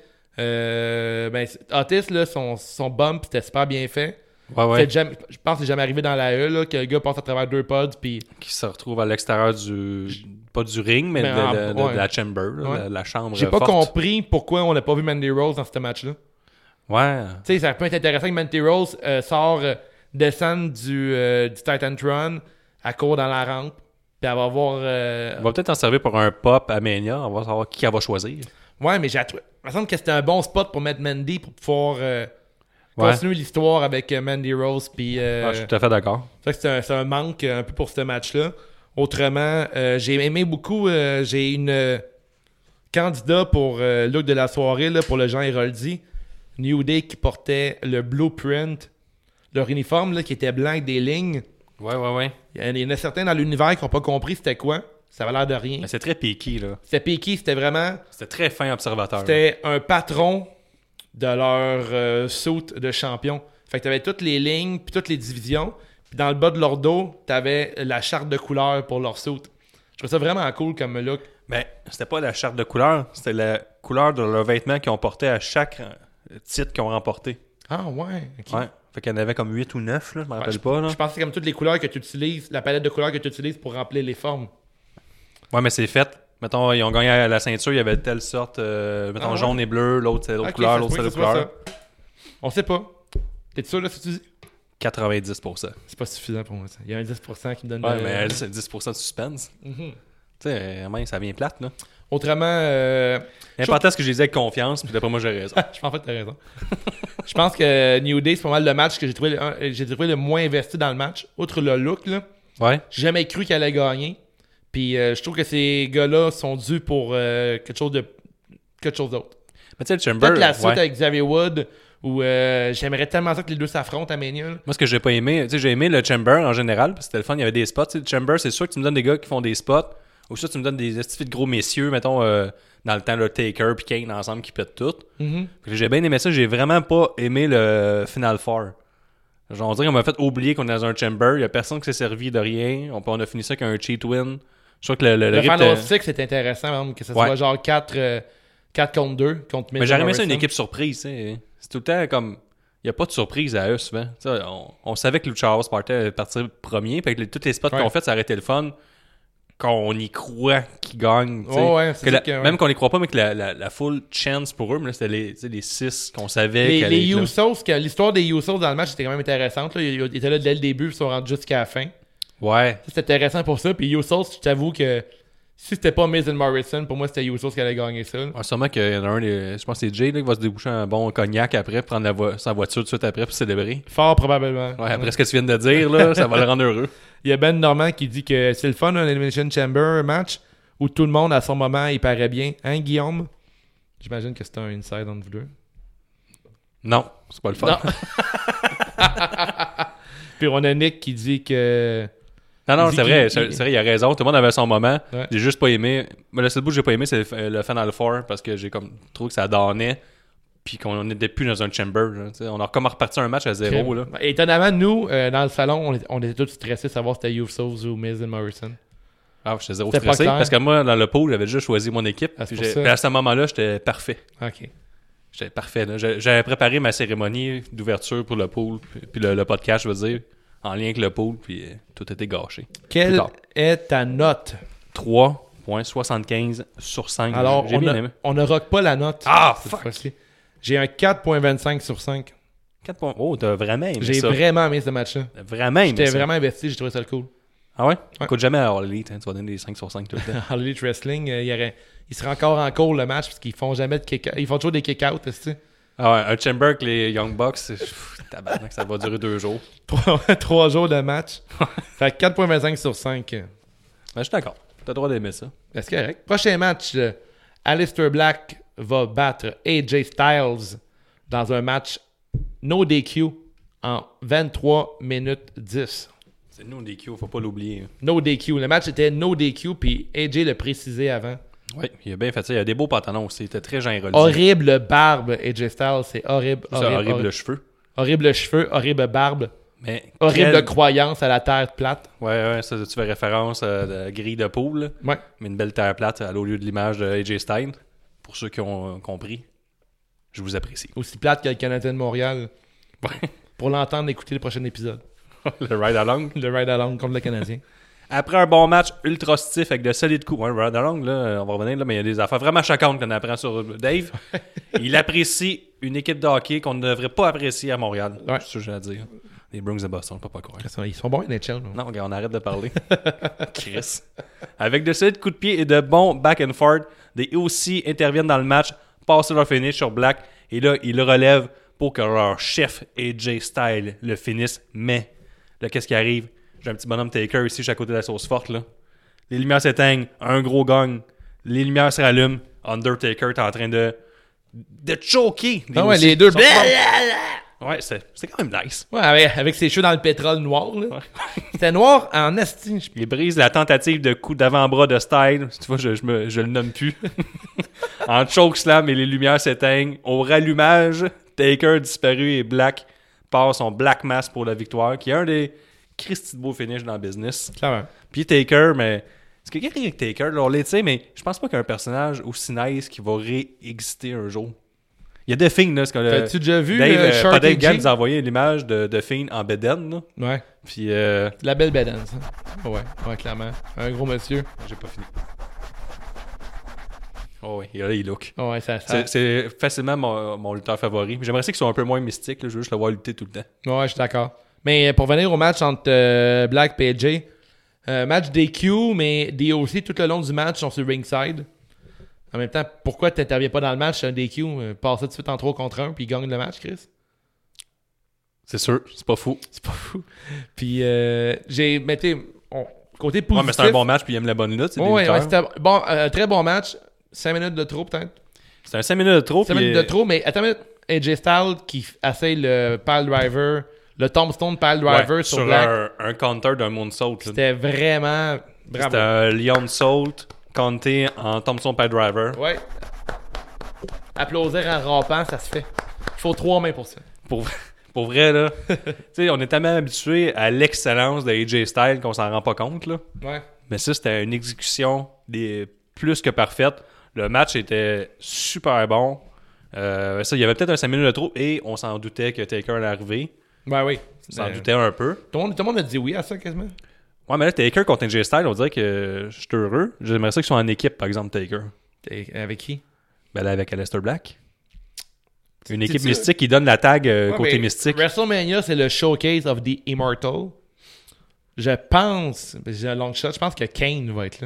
Otis, là, son bump, c'était super bien fait. Ouais. Je pense que c'est jamais arrivé dans la E, là, que le gars passe à travers 2 pods. Puis Qui se retrouve à l'extérieur pas du ring, mais de la chamber, là, la chambre. J'ai pas forte. compris pourquoi on n'a pas vu Mandy Rose dans ce match-là. Ouais. Tu sais, ça peut être intéressant que Mandy Rose descende du Titantron, elle court dans la rampe, puis elle va voir... On va peut-être en servir pour un pop à Mania. On va savoir qui elle va choisir. Ouais, mais il me semble que c'était un bon spot pour mettre Mandy pour pouvoir continuer l'histoire avec Mandy Rose. Puis, je suis tout à fait d'accord. C'est un manque un peu pour ce match-là. Autrement, j'ai aimé beaucoup. J'ai une candidat pour look de la soirée là, pour le Jean Héroldi. New Day qui portait le Blueprint, leur uniforme là, qui était blanc avec des lignes. Ouais. Il y en a certains dans l'univers qui n'ont pas compris c'était quoi. Ça avait l'air de rien. Mais c'est très piqué, là. C'était piqué, c'était vraiment... C'était très fin observateur. C'était un patron de leur suit de champion. Fait que t'avais toutes les lignes puis toutes les divisions. Puis dans le bas de leur dos, t'avais la charte de couleurs pour leur suit. Je trouve ça vraiment cool comme look. Mais c'était pas la charte de couleurs, c'était la couleur de leurs vêtements qu'ils ont porté à chaque titre qu'ils ont remporté. Ah ouais, ok. Ouais. Fait qu'il y en avait comme 8 ou 9, là, je me rappelle pas. Là. Je pense que c'est comme toutes les couleurs que tu utilises, la palette de couleurs que tu utilises pour remplir les formes. Ouais, mais c'est fait. Mettons, ils ont gagné à la ceinture, il y avait telle sorte, jaune et bleu, l'autre c'est l'autre couleur, l'autre c'est l'autre couleur. On sait pas. T'es sûr là ce que tu dis? 90%. C'est pas suffisant pour moi ça. Il y a un 10% qui me donne... Ouais, mais c'est 10% de suspense. Mm-hmm. Tu sais, ça vient plate, là. Autrement... L'important, c'est que je les ai avec confiance, puis d'après moi, j'ai raison. En fait, t'as raison. Je pense que New Day, c'est pas mal le match que j'ai trouvé le moins investi dans le match. Outre le look, là. Ouais. J'ai jamais cru qu'elle allait gagner. Puis je trouve que ces gars-là sont dus pour quelque chose d'autre. Mais tu sais, le Chamber... Peut-être la suite avec Xavier Wood, où j'aimerais tellement ça que les deux s'affrontent à Mania. Là. Moi, ce que j'ai pas aimé, tu sais, j'ai aimé le Chamber en général, parce que c'était le fun, il y avait des spots. Tu sais, le Chamber, c'est sûr que tu me donnes des gars qui font des spots, ou ça, tu me donnes des estifs de gros messieurs, mettons, dans le temps, le Taker puis Kane ensemble qui pètent tout. Mm-hmm. J'ai bien aimé ça, j'ai vraiment pas aimé le Final Four. Genre, on dirait qu'on m'a fait oublier qu'on est dans un Chamber, il y a personne qui s'est servi de rien, on a fini ça avec un cheat win. Je crois que le Final Six, c'est intéressant, même, que ce soit genre 4 contre 2 contre Miz. Mais j'aurais aimé ça une équipe surprise. C'est tout le temps comme... Il n'y a pas de surprise à eux souvent. On savait que Lucha House partait partir premier. Puis avec tous les spots qu'on fait, ça aurait été le fun qu'on y croit qu'ils gagnent. Même qu'on les croit pas, mais que la full chance pour eux, mais là, c'était les 6 qu'on savait. Les Usos, l'histoire des Usos dans le match était quand même intéressante. Là. Ils étaient là dès le début, ils sont rendus jusqu'à la fin. Ouais. C'était intéressant pour ça. Puis Usos, je t'avoue que si c'était pas Miz et Morrison, pour moi, c'était Usos qui allait gagner ça. Sûrement qu'il y en a un, je pense que c'est Jay là, qui va se déboucher un bon cognac après, prendre sa voiture tout de suite après pour célébrer. Fort probablement. Ouais, après ce que tu viens de dire, là, ça va le rendre heureux. Il y a Ben Normand qui dit que c'est le fun, un Elimination Chamber match où tout le monde, à son moment, il paraît bien. Hein, Guillaume? J'imagine que c'est un inside entre vous deux. Non, c'est pas le fun. Puis on a Nick qui dit que... Non, c'est vrai, il a raison. Tout le monde avait son moment. Ouais. J'ai juste pas aimé. Mais le seul bout que j'ai pas aimé, c'est le Final Four parce que j'ai comme trouvé que ça donnait. Puis qu'on n'était plus dans un chamber. Là, on a comme reparti un match à 0. Là. Étonnamment, nous, dans le salon, on était tous stressés de savoir si c'était Usos ou Miz et Morrison. Ah, j'étais zéro stressé parce que moi, dans le pool, j'avais déjà choisi mon équipe. Puis à ce moment-là, j'étais parfait. OK. J'étais parfait. Là. J'avais préparé ma cérémonie d'ouverture pour le pool. Puis le podcast, je veux dire. En lien avec le pool, puis tout était gâché. Quelle est ta note? 3.75 sur 5. Alors, on ne rock pas la note. Ah, fuck! J'ai un 4.25 sur 5. 4 points. Oh, t'as vraiment aimé ça. J'ai vraiment aimé ce match-là. Vraiment aimé ça. J'étais vraiment investi, j'ai trouvé ça cool. Ah ouais? Écoute jamais à All Elite, hein, tu vas donner des 5 sur 5 tout le temps. All Elite Wrestling, il serait encore en cours le match, parce qu'ils font jamais de kick-out. Ils font toujours des kick-out, tu sais. Ah ouais, un Chamber avec les Young Bucks, tabarnak, ça va durer 2 jours. 3 jours de match. Fait que 4.25 sur 5. Ben, je suis d'accord. T'as le droit d'aimer ça. C'est correct. Prochain match, Aleister Black va battre AJ Styles dans un match no DQ en 23 minutes 10. C'est no DQ, faut pas l'oublier. No DQ. Le match était no DQ, puis AJ l'a précisé avant. Oui, il a bien fait ça. Il a des beaux pantalons aussi. Il était très généreux. Horrible barbe, AJ Styles. C'est horrible. C'est horrible cheveux. Horrible cheveux, horrible barbe. Mais horrible croyance à la terre plate. Ouais, ça, tu fais référence à la grille de poule. Ouais. Mais une belle terre plate au lieu de l'image de AJ Styles. Pour ceux qui ont compris, je vous apprécie. Aussi plate que le Canadien de Montréal. Ouais. Pour l'entendre, écouter le prochain épisode. Le ride along. Le ride along contre le Canadien. Après un bon match ultra stiff avec de solides coups. Ouais, le ride along, là, on va revenir, là, mais il y a des affaires vraiment choquantes qu'on apprend sur Dave. Il apprécie une équipe de hockey qu'on ne devrait pas apprécier à Montréal. Ouais. C'est ce que j'ai à dire. Les Bruins de Boston, on peut pas croire. Ils sont bons, NHL. Non, regarde, on arrête de parler. Chris. Avec de solides coups de pied et de bons back and forth, des aussi interviennent dans le match, passent leur finish sur Black, et là, ils le relèvent pour que leur chef AJ Styles le finisse. Mais, là, qu'est-ce qui arrive? J'ai un petit bonhomme Taker ici, je suis à côté de la sauce forte, là. Les lumières s'éteignent, un gros gang, les lumières se rallument, Undertaker est en train de choquer. Ah ouais, les deux. Ouais, c'est quand même nice. Ouais, avec ses cheveux dans le pétrole noir. Là. Ouais. C'était noir en esti. Il brise la tentative de coup d'avant-bras de Style. Tu vois, je le nomme plus. En chokeslam et les lumières s'éteignent. Au rallumage, Taker disparu et Black part son Black Mass pour la victoire, qui est un des Christy de beaux finishes dans le business. Clairement. Puis Taker, mais... C'est quelqu'un avec Taker, là, on l'est, tu sais, mais je pense pas qu'il y a un personnage aussi nice qui va réexister un jour. Il y a The Fiend, là. T'as-tu déjà vu Dave, Sharky Dave Gann G? nous a envoyé l'image de The Fiend en bedaine, là. Ouais. Puis la belle bedaine, ça. Ouais, clairement. Un gros monsieur. J'ai pas fini. Oh oui, là, il look. Ouais, ça. C'est facilement mon lutteur favori. J'aimerais ça qu'il soit un peu moins mystique, là. Je veux juste le voir lutter tout le temps. Ouais, je suis d'accord. Mais pour venir au match entre Black et AJ, match DQ, mais DOC tout le long du match sont sur ringside. En même temps, pourquoi tu n'interviens pas dans le match, un DQ, passe ça tout de suite en 3 contre 1 puis gagne le match, Chris? C'est sûr, c'est pas fou. C'est pas fou. Puis mais tu côté positif... Ouais, mais c'est un bon match puis il aime la bonne lutte. Ouais, c'était un très bon match. 5 minutes de trop, peut-être. C'était un 5 minutes de trop. 5 minutes de trop, mais attends une minute. AJ Styles qui essaye le pile driver, le tombstone pile driver sur Black. Un counter d'un moonsault. C'était vraiment... Bravo. C'était un Leon Salt compté en tombstone pile driver. Ouais. Applaudir en rampant, ça se fait. Il faut 3 mains pour ça. Pour vrai, là, tu sais, on est tellement habitué à l'excellence de AJ Styles qu'on s'en rend pas compte, là. Ouais. Mais ça, c'était une exécution plus que parfaite. Le match était super bon. Ça, il y avait peut-être un 5 minutes de trop et on s'en doutait que Taker allait arriver. Ben oui. On s'en doutait un peu. Tout le monde a dit oui à ça, quasiment. Ouais, mais là, Taker contre AJ Styles, on dirait que je suis heureux. J'aimerais ça qu'ils soient en équipe, par exemple, Taker. Avec qui? Ben là, avec Aleister Black. Une équipe mystique qui donne la tag côté mystique. WrestleMania, c'est le showcase of the Immortal. Je pense, j'ai un long shot, je pense que Kane va être là.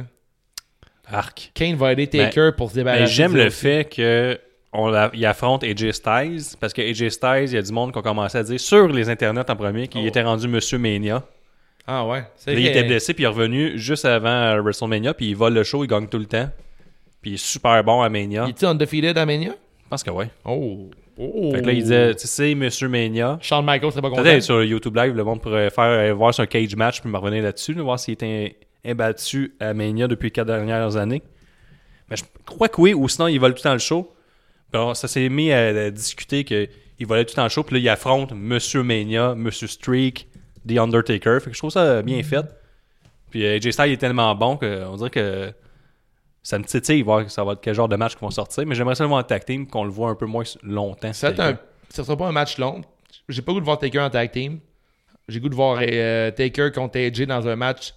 Arc. Kane va aider Taker pour se débarrasser. Mais j'aime le fait qu'il affronte AJ Styles, parce que AJ Styles, il y a du monde qui a commencé à dire sur les internets en premier qu'il était rendu Monsieur Mania. Ah ouais. Il était blessé, puis il est revenu juste avant WrestleMania, puis il vole le show, il gagne tout le temps. Puis il est super bon à Mania. Il était undefeated à Mania? Je pense que oui. Oh. Fait que là, il disait, tu sais, Monsieur Mania. Shawn Michaels, c'est pas content. Peut-être sur YouTube Live, le monde pourrait voir sur un cage match, puis me revenir là-dessus, voir s'il était imbattu à Mania depuis les 4 dernières années. Mais je crois que oui, ou sinon, il vole tout le temps le show. Bon, ça s'est mis à discuter qu'il volait tout le temps le show, puis là, il affronte Monsieur Mania, Monsieur Streak, The Undertaker. Fait que je trouve ça bien fait. Puis AJ Styles est tellement bon qu'on dirait que ça me titille voir que ça va être quel genre de match qui vont sortir. Mais j'aimerais ça le voir en tag team, qu'on le voit un peu moins longtemps. Ça sera pas un match long. J'ai pas le goût de voir Taker en tag team. J'ai le goût de voir Taker contre AJ dans un match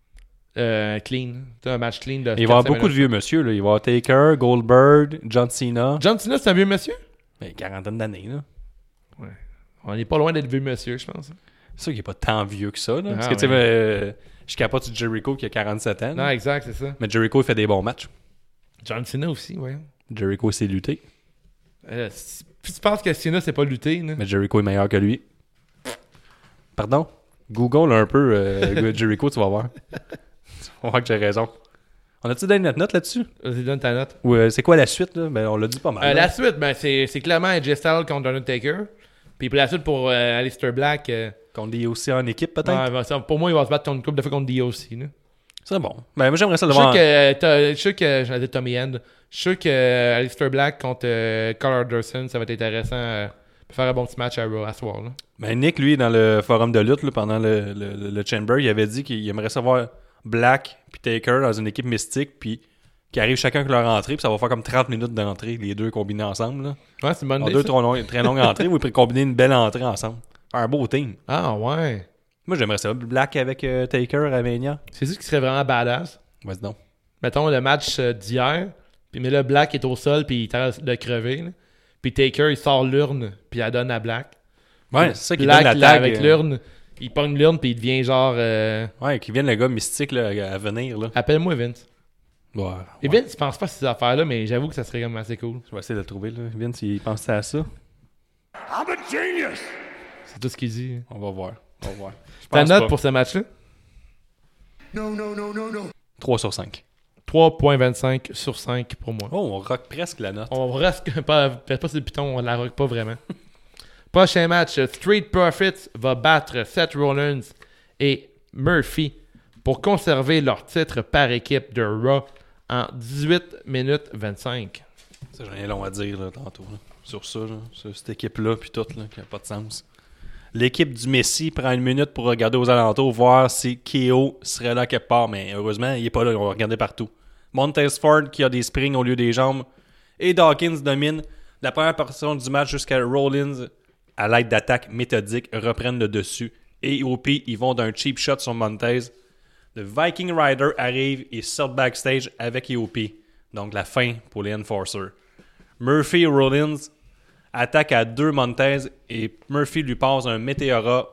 clean. Un match clean. Il va y avoir beaucoup de vieux monsieur. Là. Il va y avoir Taker, Goldberg, John Cena. John Cena, c'est un vieux monsieur? Mais quarantaine d'années. Là. Ouais. On n'est pas loin d'être vieux monsieur, je pense. C'est sûr qu'il n'est pas tant vieux que ça. Là. Parce que tu sais, je capote sur Jericho qui a 47 ans. Non, exact, c'est ça. Mais Jericho, il fait des bons matchs. John Cena aussi, ouais. Jericho, c'est lutter. Tu penses que Cena, c'est pas lutter, là? Mais Jericho est meilleur que lui. Pardon? Google un peu Jericho, tu vas voir. Tu vas voir que j'ai raison. On a-tu donné notre note là-dessus? Vas-y, donne ta note. Ou c'est quoi la suite, là? Ben, on l'a dit pas mal. La suite, ben, c'est clairement AJ Styles contre Undertaker. Puis pour la suite, pour Aleister Black... Contre DOC en équipe, peut-être? Ouais, pour moi, il va se battre contre une couple de fois contre DOC. Là. C'est bon. Ben, moi, j'aimerais ça le Je voir. suis sûr que j'allais dire Tommy End. Je suis sûr que Aleister Black contre Carl Anderson, ça va être intéressant. Pour faire un bon petit match à Raw à ce soir. Là. Ben, Nick, lui, dans le forum de lutte, là, pendant le Chamber, il avait dit qu'il aimerait savoir Black puis Taker dans une équipe mystique, puis qui arrivent chacun avec leur entrée, puis ça va faire comme 30 minutes d'entrée, les deux combinés ensemble. Là. Ouais, c'est une bonne Alors, idée. deux très longues entrées, ou ils pourraient combiner une belle entrée ensemble. Faire un beau team. Ah ouais. Moi, j'aimerais ça. Black avec Taker à Mania. C'est ce qui serait vraiment badass. Vas-y donc. Mettons le match d'hier, puis mais là, Black est au sol, puis il tente de crever. Là. Puis Taker, il sort l'urne, puis il la donne à Black. Ouais, c'est ça qui Black, donne la là, tag. avec l'urne, il pogne l'urne, puis il devient genre... Ouais, qui vienne le gars mystique là, à venir. Là. Appelle-moi Vince. Ouais. Et Vince, il pense pas à ces affaires-là, mais j'avoue que ça serait quand même assez cool. Je vais essayer de le trouver. Là. Vince, il pense à ça. I'm a genius. C'est tout ce qu'il dit. On va voir. Je Ta pense note pas. pour ce match-là? No, no, no, no, no. 3 sur 5. 3.25 sur 5 pour moi. Oh, on rock presque la note. On reste pas sur le piton, on la rock pas vraiment. Prochain match, Street Profits va battre Seth Rollins et Murphy pour conserver leur titre par équipe de Raw en 18 minutes 25. Ça, j'ai rien long à dire là, tantôt. Là. Sur ça, là, sur cette équipe-là, puis tout, là, qui n'a pas de sens. L'équipe du Messi prend une minute pour regarder aux alentours, voir si KO serait là quelque part, mais heureusement, il n'est pas là, on va regarder partout. Montez Ford qui a des springs au lieu des jambes, et Dawkins domine la première portion du match jusqu'à Rollins, à l'aide d'attaques méthodiques, reprennent le dessus. Et OP, ils vont d'un cheap shot sur Montez. Le Viking Rider arrive et sort backstage avec EOP. Donc la fin pour les Enforcers. Murphy et Rollins attaquent à 2 Montez et Murphy lui passe un Meteora.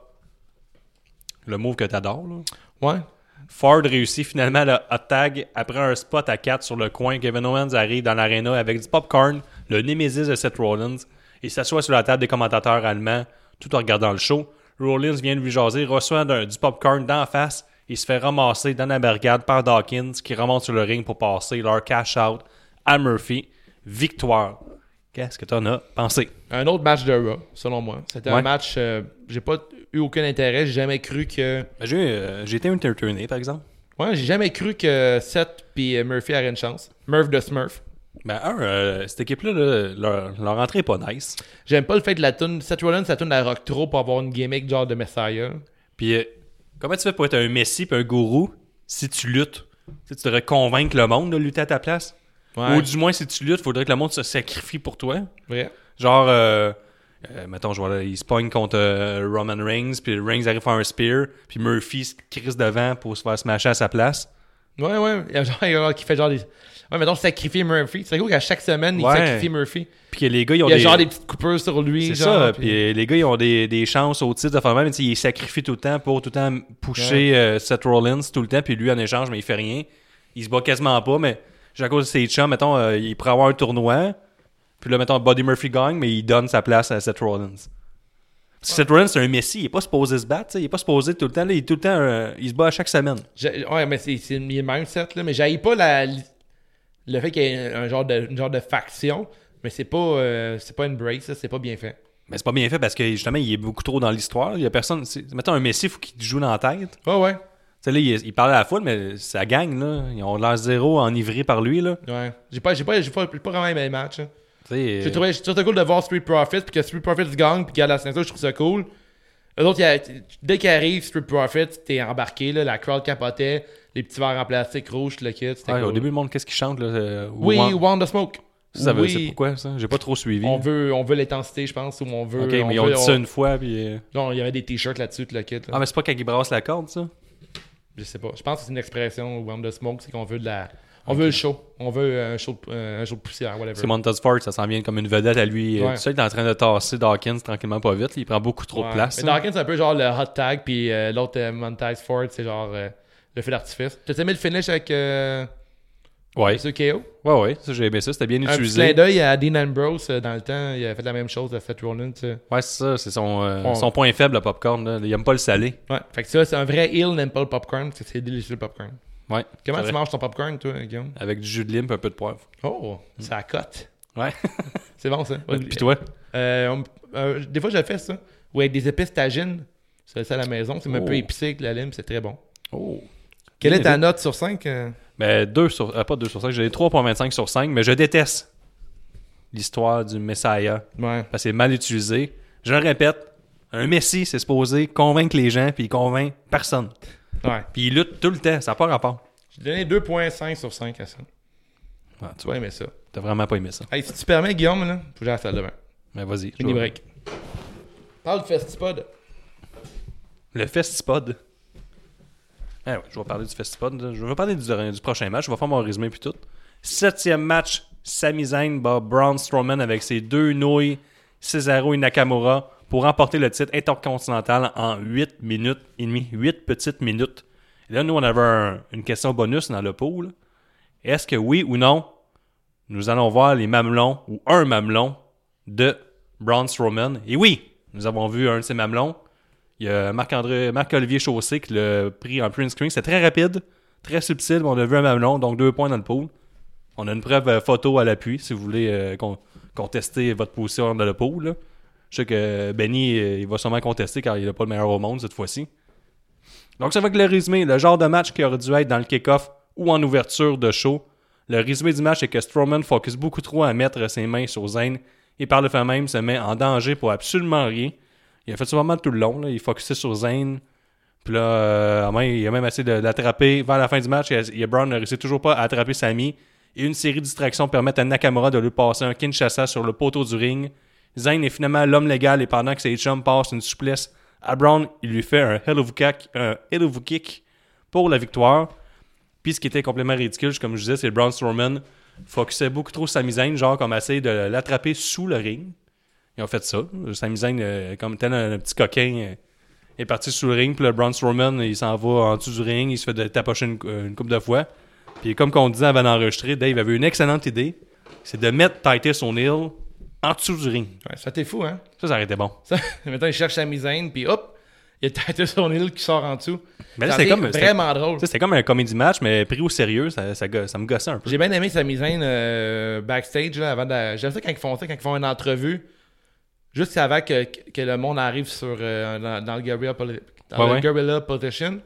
Le move que t'adores, là. Ouais. Ford réussit finalement le hot tag après un spot à 4 sur le coin. Kevin Owens arrive dans l'arena avec du popcorn, le Nemesis de Seth Rollins, et s'assoit sur la table des commentateurs allemands tout en regardant le show. Rollins vient lui jaser, reçoit du popcorn d'en face et se fait ramasser dans la barricade par Dawkins qui remonte sur le ring pour passer leur cash-out à Murphy. Victoire. Qu'est-ce que t'en as pensé? Un autre match de Raw, selon moi. C'était Ouais. un match, j'ai pas eu aucun intérêt. J'ai jamais cru que... Ben, j'ai été entertainé, par exemple. Ouais, j'ai jamais cru que Seth et Murphy auraient une chance. Murph de Smurf. Ben, cette équipe-là, là, leur entrée est pas nice. J'aime pas le fait de la tune. Seth Rollins, ça tourne la rock trop pour avoir une gimmick genre de Messiah. Puis, comment tu fais pour être un Messi et un gourou si tu luttes? Tu devrais convaincre le monde de lutter à ta place. Ouais. Ou du moins, si tu luttes, il faudrait que le monde se sacrifie pour toi. Vrai. Genre, mettons, je vois là, il se pogne contre Roman Reigns, puis Reigns arrive à faire un spear, puis Murphy se crisse devant pour se faire smasher à sa place. Ouais, ouais. Il y a genre qui fait genre des... Ouais, mettons, sacrifier Murphy. C'est cool qu'à chaque semaine, il Ouais. sacrifie Murphy. Puis que les gars, ils ont Il y a des... genre des petites coupures sur lui. C'est genre, ça, puis les gars, ils ont des chances au titre de faire même, ils sacrifient tout le temps pour tout le temps pusher Seth Rollins tout le temps, puis lui, en échange, mais il fait rien. Il se bat quasiment pas, mais à cause de ses chums, mettons, il pourrait avoir un tournoi, puis là, mettons, Buddy Murphy gagne, mais il donne sa place à Seth Rollins. Parce que Seth Rollins, c'est un Messi, il est pas supposé se battre, il est pas supposé tout le temps, là, il se bat à chaque semaine. Ouais, mais c'est le même set, là. Mais j'haïs pas le fait qu'il y ait une genre de faction, mais c'est pas une brace, ça, c'est pas bien fait. Mais c'est pas bien fait parce que justement, il est beaucoup trop dans l'histoire. Il y a personne. Mettons un Messi, il faut qu'il te joue dans la tête. Ouais, ouais. Tu sais, là, il parle à la foule, mais ça gagne, là. Ils ont l'air zéro enivrés par lui, là. Ouais. J'ai pas vraiment aimé le match. Hein. Tu sais, J'ai trouvé ça cool de voir Street Profits, puis que Street Profits gagne, puis qu'il y a la ceinture, je trouve ça cool. Eux autres, dès qu'il arrive, Street Profits, t'es embarqué, là, la crowd capotait, les petits verres en plastique rouge, le kit, c'était ouais, cool. au début, le monde, qu'est-ce qu'il chante, là? Oui, Want the Smoke. Ça veut Oui. c'est pourquoi, ça? J'ai pas trop suivi. On veut l'intensité, je pense, ou on veut... Ok, mais ils ont dit ça une fois, puis... Non, il y avait des t-shirts là-dessus, tout le kit. Là. Ah, mais c'est pas quand ils brassent la corde, ça? Je sais pas. Je pense que c'est une expression, Want the Smoke, c'est qu'on veut de la... On veut le show. On veut un show de poussière, whatever. C'est Montez Ford, ça s'en vient comme une vedette à lui. Ouais. Tu sais, il est en train de tasser Dawkins tranquillement pas vite. Il prend beaucoup trop de place. Mais là. Dawkins, c'est un peu genre le hot tag, puis l'autre Montez Ford, c'est genre le feu d'artifice. T'as aimé le finish avec Ouais. Monsieur KO? Ouais, ça, j'ai aimé ça. C'était bien Un petit utilisé. clin d'œil à Dean Ambrose dans le temps. Il a fait la même chose à Seth Rollins. Ouais, c'est ça. C'est son point faible, le popcorn. Là. Il aime pas le salé. Ouais. Fait que ça, c'est un vrai heel n'aime pas le popcorn, parce que c'est délicieux le popcorn. Ouais. Comment c'est tu vrai. manges ton popcorn, toi, Guillaume? Avec du jus de lime et un peu de poivre. Oh, c'est à cote. Ouais. C'est bon, ça. Puis toi? Des fois, je le fais, ça. Ou avec des épices tagines. C'est ça à la maison. C'est un peu épicé avec la lime, c'est très bon. Oh. Quelle est ta note sur 5? Ben, pas 2 sur 5, j'ai 3.25 sur 5, mais je déteste l'histoire du Messiah. Ouais. Parce que c'est mal utilisé. Je le répète, un Messie, c'est supposé convaincre les gens, puis il convainc personne. Ouais. Puis il lutte tout le temps, ça n'a pas rapport. J'ai donné 2.5 sur 5 à ça. Ah, Tu vas aimer ça. T'as vraiment pas aimé ça. Hey, si tu permets, Guillaume, là, faut que j'aille à la salle de bain. Mais vas-y. Mini break. Parle de Festipod. Le Festipod. Ah ouais, je vais parler du Festipod. Là. Je vais parler du prochain match. Je vais faire mon résumé puis tout. 7e match, Sami Zayn bat Braun Strowman avec ses 2 nouilles, Cesaro et Nakamura pour remporter le titre intercontinental en 8 minutes et demie. 8 petites minutes. Et là, nous, on avait une question bonus dans le pool. Est-ce que oui ou non, nous allons voir les mamelons ou un mamelon de Braun Strowman? Et oui, nous avons vu un de ces mamelons. Il y a Marc-Olivier Chaussé qui l'a pris en print screen. C'est très rapide, très subtil, mais on a vu un mamelon, donc 2 points dans le pool. On a une preuve photo à l'appui si vous voulez contester votre position dans le pool. Là. Je sais que Benny, il va sûrement contester car il n'a pas le meilleur au monde cette fois-ci. Donc ça fait que le résumé, le genre de match qui aurait dû être dans le kick-off ou en ouverture de show. Le résumé du match est que Strowman focus beaucoup trop à mettre ses mains sur Zayn et par le fait même se met en danger pour absolument rien. Il a fait ça vraiment tout le long. Là. Il focusait sur Zayn. Puis là, il a même essayé de l'attraper vers la fin du match. Braun ne réussit toujours pas à attraper Sami. Et une série de distractions permettent à Nakamura de lui passer un Kinshasa sur le poteau du ring. Zayn est finalement l'homme légal et pendant que ses chums passent une souplesse à Braun, il lui fait un hell of a kick pour la victoire. Puis ce qui était complètement ridicule, comme je disais, c'est Braun Strowman focusait beaucoup trop Sami Zayn, genre comme essayer de l'attraper sous le ring. Ils ont fait ça. Sami Zayn, comme tel un petit coquin, est parti sous le ring. Puis le Braun Strowman, il s'en va en dessous du ring. Il se fait tapocher une couple de fois. Puis comme on disait avant d'enregistrer, Dave avait une excellente idée. C'est de mettre Titus O'Neil en dessous du ring. Ouais, ça t'est fou, hein? Ça aurait été bon. Maintenant, il cherche Sami Zayn, puis hop, il y a Titus O'Neil qui sort en dessous. Mais là, c'était vraiment drôle. C'était comme un comedy match, mais pris au sérieux, ça me gossait un peu. J'ai bien aimé Sami Zayn backstage, là, avant de... J'aime ça quand ils font une entrevue, juste avant que le monde arrive sur dans le Guerrilla Politician.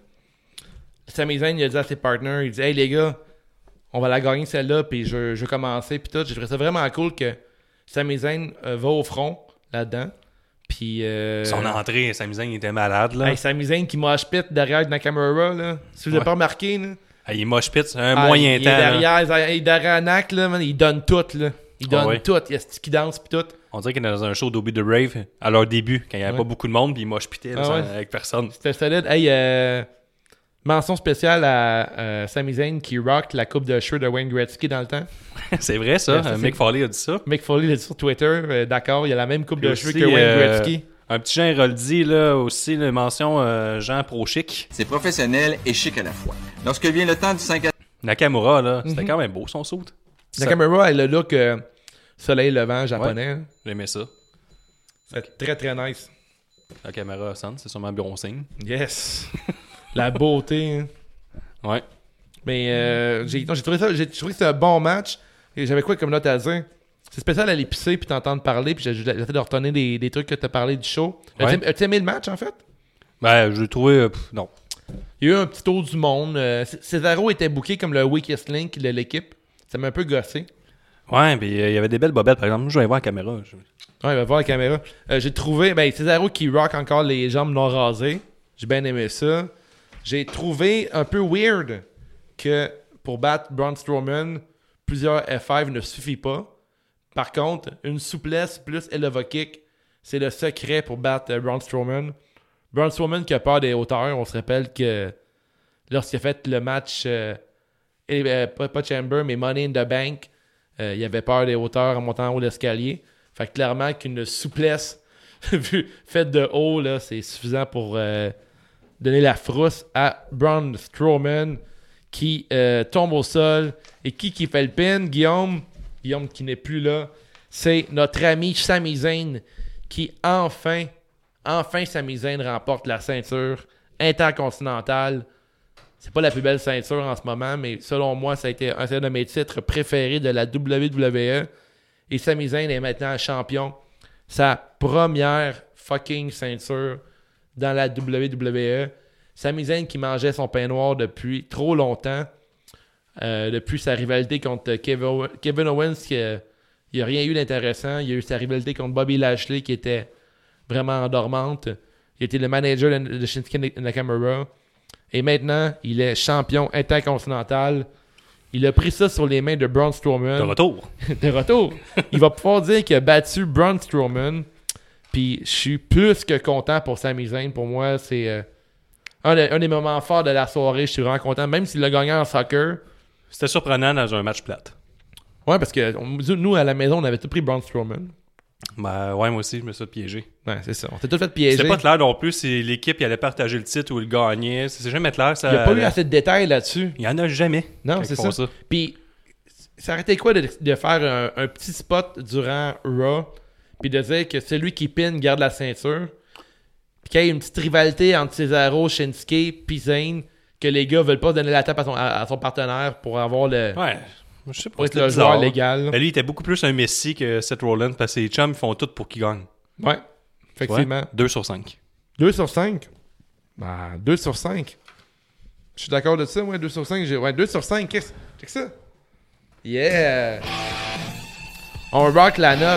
Sami Zayn, il a dit à ses partners, il dit « Hey les gars, on va la gagner celle-là, puis je vais commencer, puis tout. » J'ai trouvé ça vraiment cool que Sami Zayn va au front, là-dedans. Puis son entrée, Sami Zayn, il était malade, là. Hey, Sami Zayn qui mosh pit derrière Nakamura, là. Si vous n'avez pas remarqué, là. Hey, il mosh pit, c'est un moyen temps. Il est derrière Nak, là, man, il donne tout, là. Il donne tout. Il y a ce qui danse, puis tout. On dirait qu'il est dans un show d'Obi the Brave à leur début, quand il n'y avait pas beaucoup de monde, puis il mosh pitait avec personne. C'était solide. Hey, mention spéciale à Sami Zayn qui rock la coupe de cheveux de Wayne Gretzky dans le temps. C'est vrai, ça. Mick Foley a dit ça. Mick Foley l'a dit sur Twitter. D'accord, il a la même coupe de cheveux que Wayne Gretzky. Un petit Jean Héroldi, là, aussi, la mention Jean Pro-Chic. C'est professionnel et chic à la fois. Lorsque vient le temps du 5 à... Nakamura, là, c'était quand même beau, son saut. Nakamura, elle a le look soleil levant japonais. Ouais, j'aimais ça. C'est très, très nice. La caméra sonne, c'est sûrement un bon signe. Yes! La beauté. Hein. Ouais. Mais j'ai trouvé que c'était un bon match. Et j'avais quoi comme note à dire? C'est spécial à l'épicer puis t'entendre parler. Puis j'ai essayé de retenir des trucs que t'as parlé du show. Ouais. As-tu aimé le match, en fait? Ben, je l'ai trouvé... non. Il y a eu un petit tour du monde. Cesaro était booké comme le weakest link de l'équipe. Ça m'a un peu gossé. Ouais, puis il y avait des belles bobettes, par exemple. Je vais voir la caméra. Ouais, il va voir la caméra. J'ai trouvé... Ben, Cesaro qui rock encore les jambes non rasées. J'ai bien aimé ça. J'ai trouvé un peu weird que pour battre Braun Strowman, plusieurs F5 ne suffit pas. Par contre, une souplesse plus elbow kick, c'est le secret pour battre Braun Strowman. Braun Strowman qui a peur des hauteurs. On se rappelle que lorsqu'il a fait le match, pas Chamber, mais Money in the Bank, il avait peur des hauteurs en montant en haut de l'escalier. Fait que clairement qu'une souplesse faite de haut, là, c'est suffisant pour donner la frousse à Braun Strowman qui tombe au sol. Et qui fait le pin? Guillaume qui n'est plus là. C'est notre ami Sami Zayn qui enfin Sami Zayn remporte la ceinture intercontinentale. C'est pas la plus belle ceinture en ce moment, mais selon moi, ça a été un de mes titres préférés de la WWE. Et Sami Zayn est maintenant champion. Sa première fucking ceinture dans la WWE. Sami Zayn qui mangeait son pain noir depuis trop longtemps. Depuis sa rivalité contre Kevin Owens, il n'y a rien eu d'intéressant. Il y a eu sa rivalité contre Bobby Lashley qui était vraiment endormante. Il était le manager de Shinsuke Nakamura. Et maintenant, il est champion intercontinental. Il a pris ça sur les mains de Braun Strowman. De retour. De retour. Il va pouvoir dire qu'il a battu Braun Strowman. Puis je suis plus que content pour Sami Zayn. Pour moi, c'est un des moments forts de la soirée. Je suis vraiment content. Même s'il a gagné en soccer. C'était surprenant dans un match plate. Ouais, parce que nous, à la maison, on avait tout pris Braun Strowman. Ben ouais, moi aussi, je me suis fait piéger. Ouais, c'est ça. On s'est tout fait piéger. C'était pas clair non plus si l'équipe il allait partager le titre ou il gagnait. C'est jamais clair. Ça, il n'y a pas eu assez de détails là-dessus. Il y en a jamais. Non, c'est ça. Puis, ça aurait été quoi de faire un petit spot durant Raw, puis de dire que celui qui pin garde la ceinture, puis qu'il y ait une petite rivalité entre Cesaro, Shinsuke, puis Zayn, que les gars veulent pas donner la tape à son partenaire pour avoir le... Ouais. Je sais pas. Pour être le joueur légal. Ben lui, il était beaucoup plus un Messi que Seth Rollins parce que les chums font tout pour qu'il gagne. Ouais, effectivement. Ouais? 2 sur 5. 2 sur 5? Ben, 2 sur 5. Je suis d'accord de ça, ouais, 2 sur 5. Ouais, 2 sur 5, qu'est-ce que ça? Yeah! On rock la note.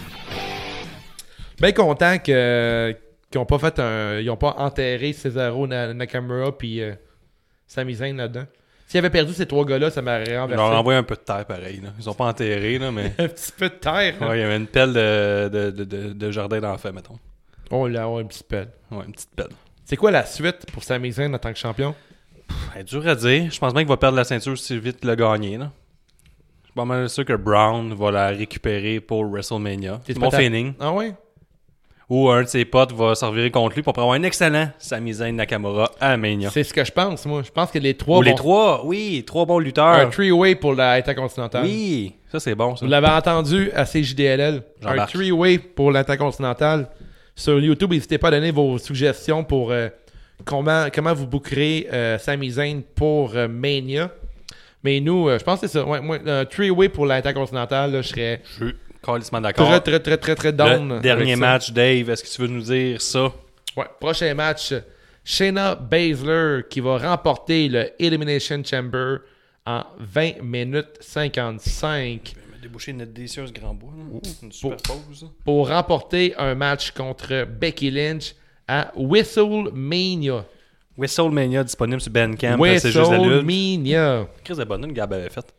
Bien content qu'ils n'ont pas fait ils n'ont pas enterré Cesaro, Nakamura puis Sami Zayn là-dedans. S'ils avaient perdu ces 3 gars-là, ça m'aurait renversé. Ils leur ont envoyé un peu de terre pareil. Là. Ils ont pas enterré, là, mais. Un petit peu de terre. Ouais, il y avait une pelle de jardin d'enfants, mettons. Oh là, une petite pelle. Ouais, une petite pelle. C'est quoi la suite pour Sami Zayn en tant que champion? Dur à dire. Je pense bien qu'il va perdre la ceinture si vite le gagner. Là. Je suis pas mal sûr que Brown va la récupérer pour WrestleMania. C'est mon feeling. Ah ouais? Ou un de ses potes va servir contre lui pour avoir un excellent Sami Zayn Nakamura à Mania. C'est ce que je pense, moi. Je pense que les 3 Ou les 3, oui, 3 bons lutteurs. Un 3-way pour la Intercontinentale. Oui, ça c'est bon. Ça. Vous l'avez entendu à CJDLL. Un 3-way pour l'Intercontinentale. Sur YouTube, n'hésitez pas à donner vos suggestions pour comment vous bookerez Sami Zayn pour Mania. Mais nous, je pense que c'est ça. Ouais, moi, un 3-way pour l'Intercontinentale, je serais... Calissement d'accord. Très down. Le dernier match, Dave, est-ce que tu veux nous dire ça? Ouais, prochain match. Shayna Baszler qui va remporter le Elimination Chamber en 20 minutes 55. On va déboucher une délicieuse grand bois. Une super pause. Pour remporter un match contre Becky Lynch à WrestleMania. WrestleMania disponible sur Bandcamp. WrestleMania. Chris de bonne, Gab avait fait.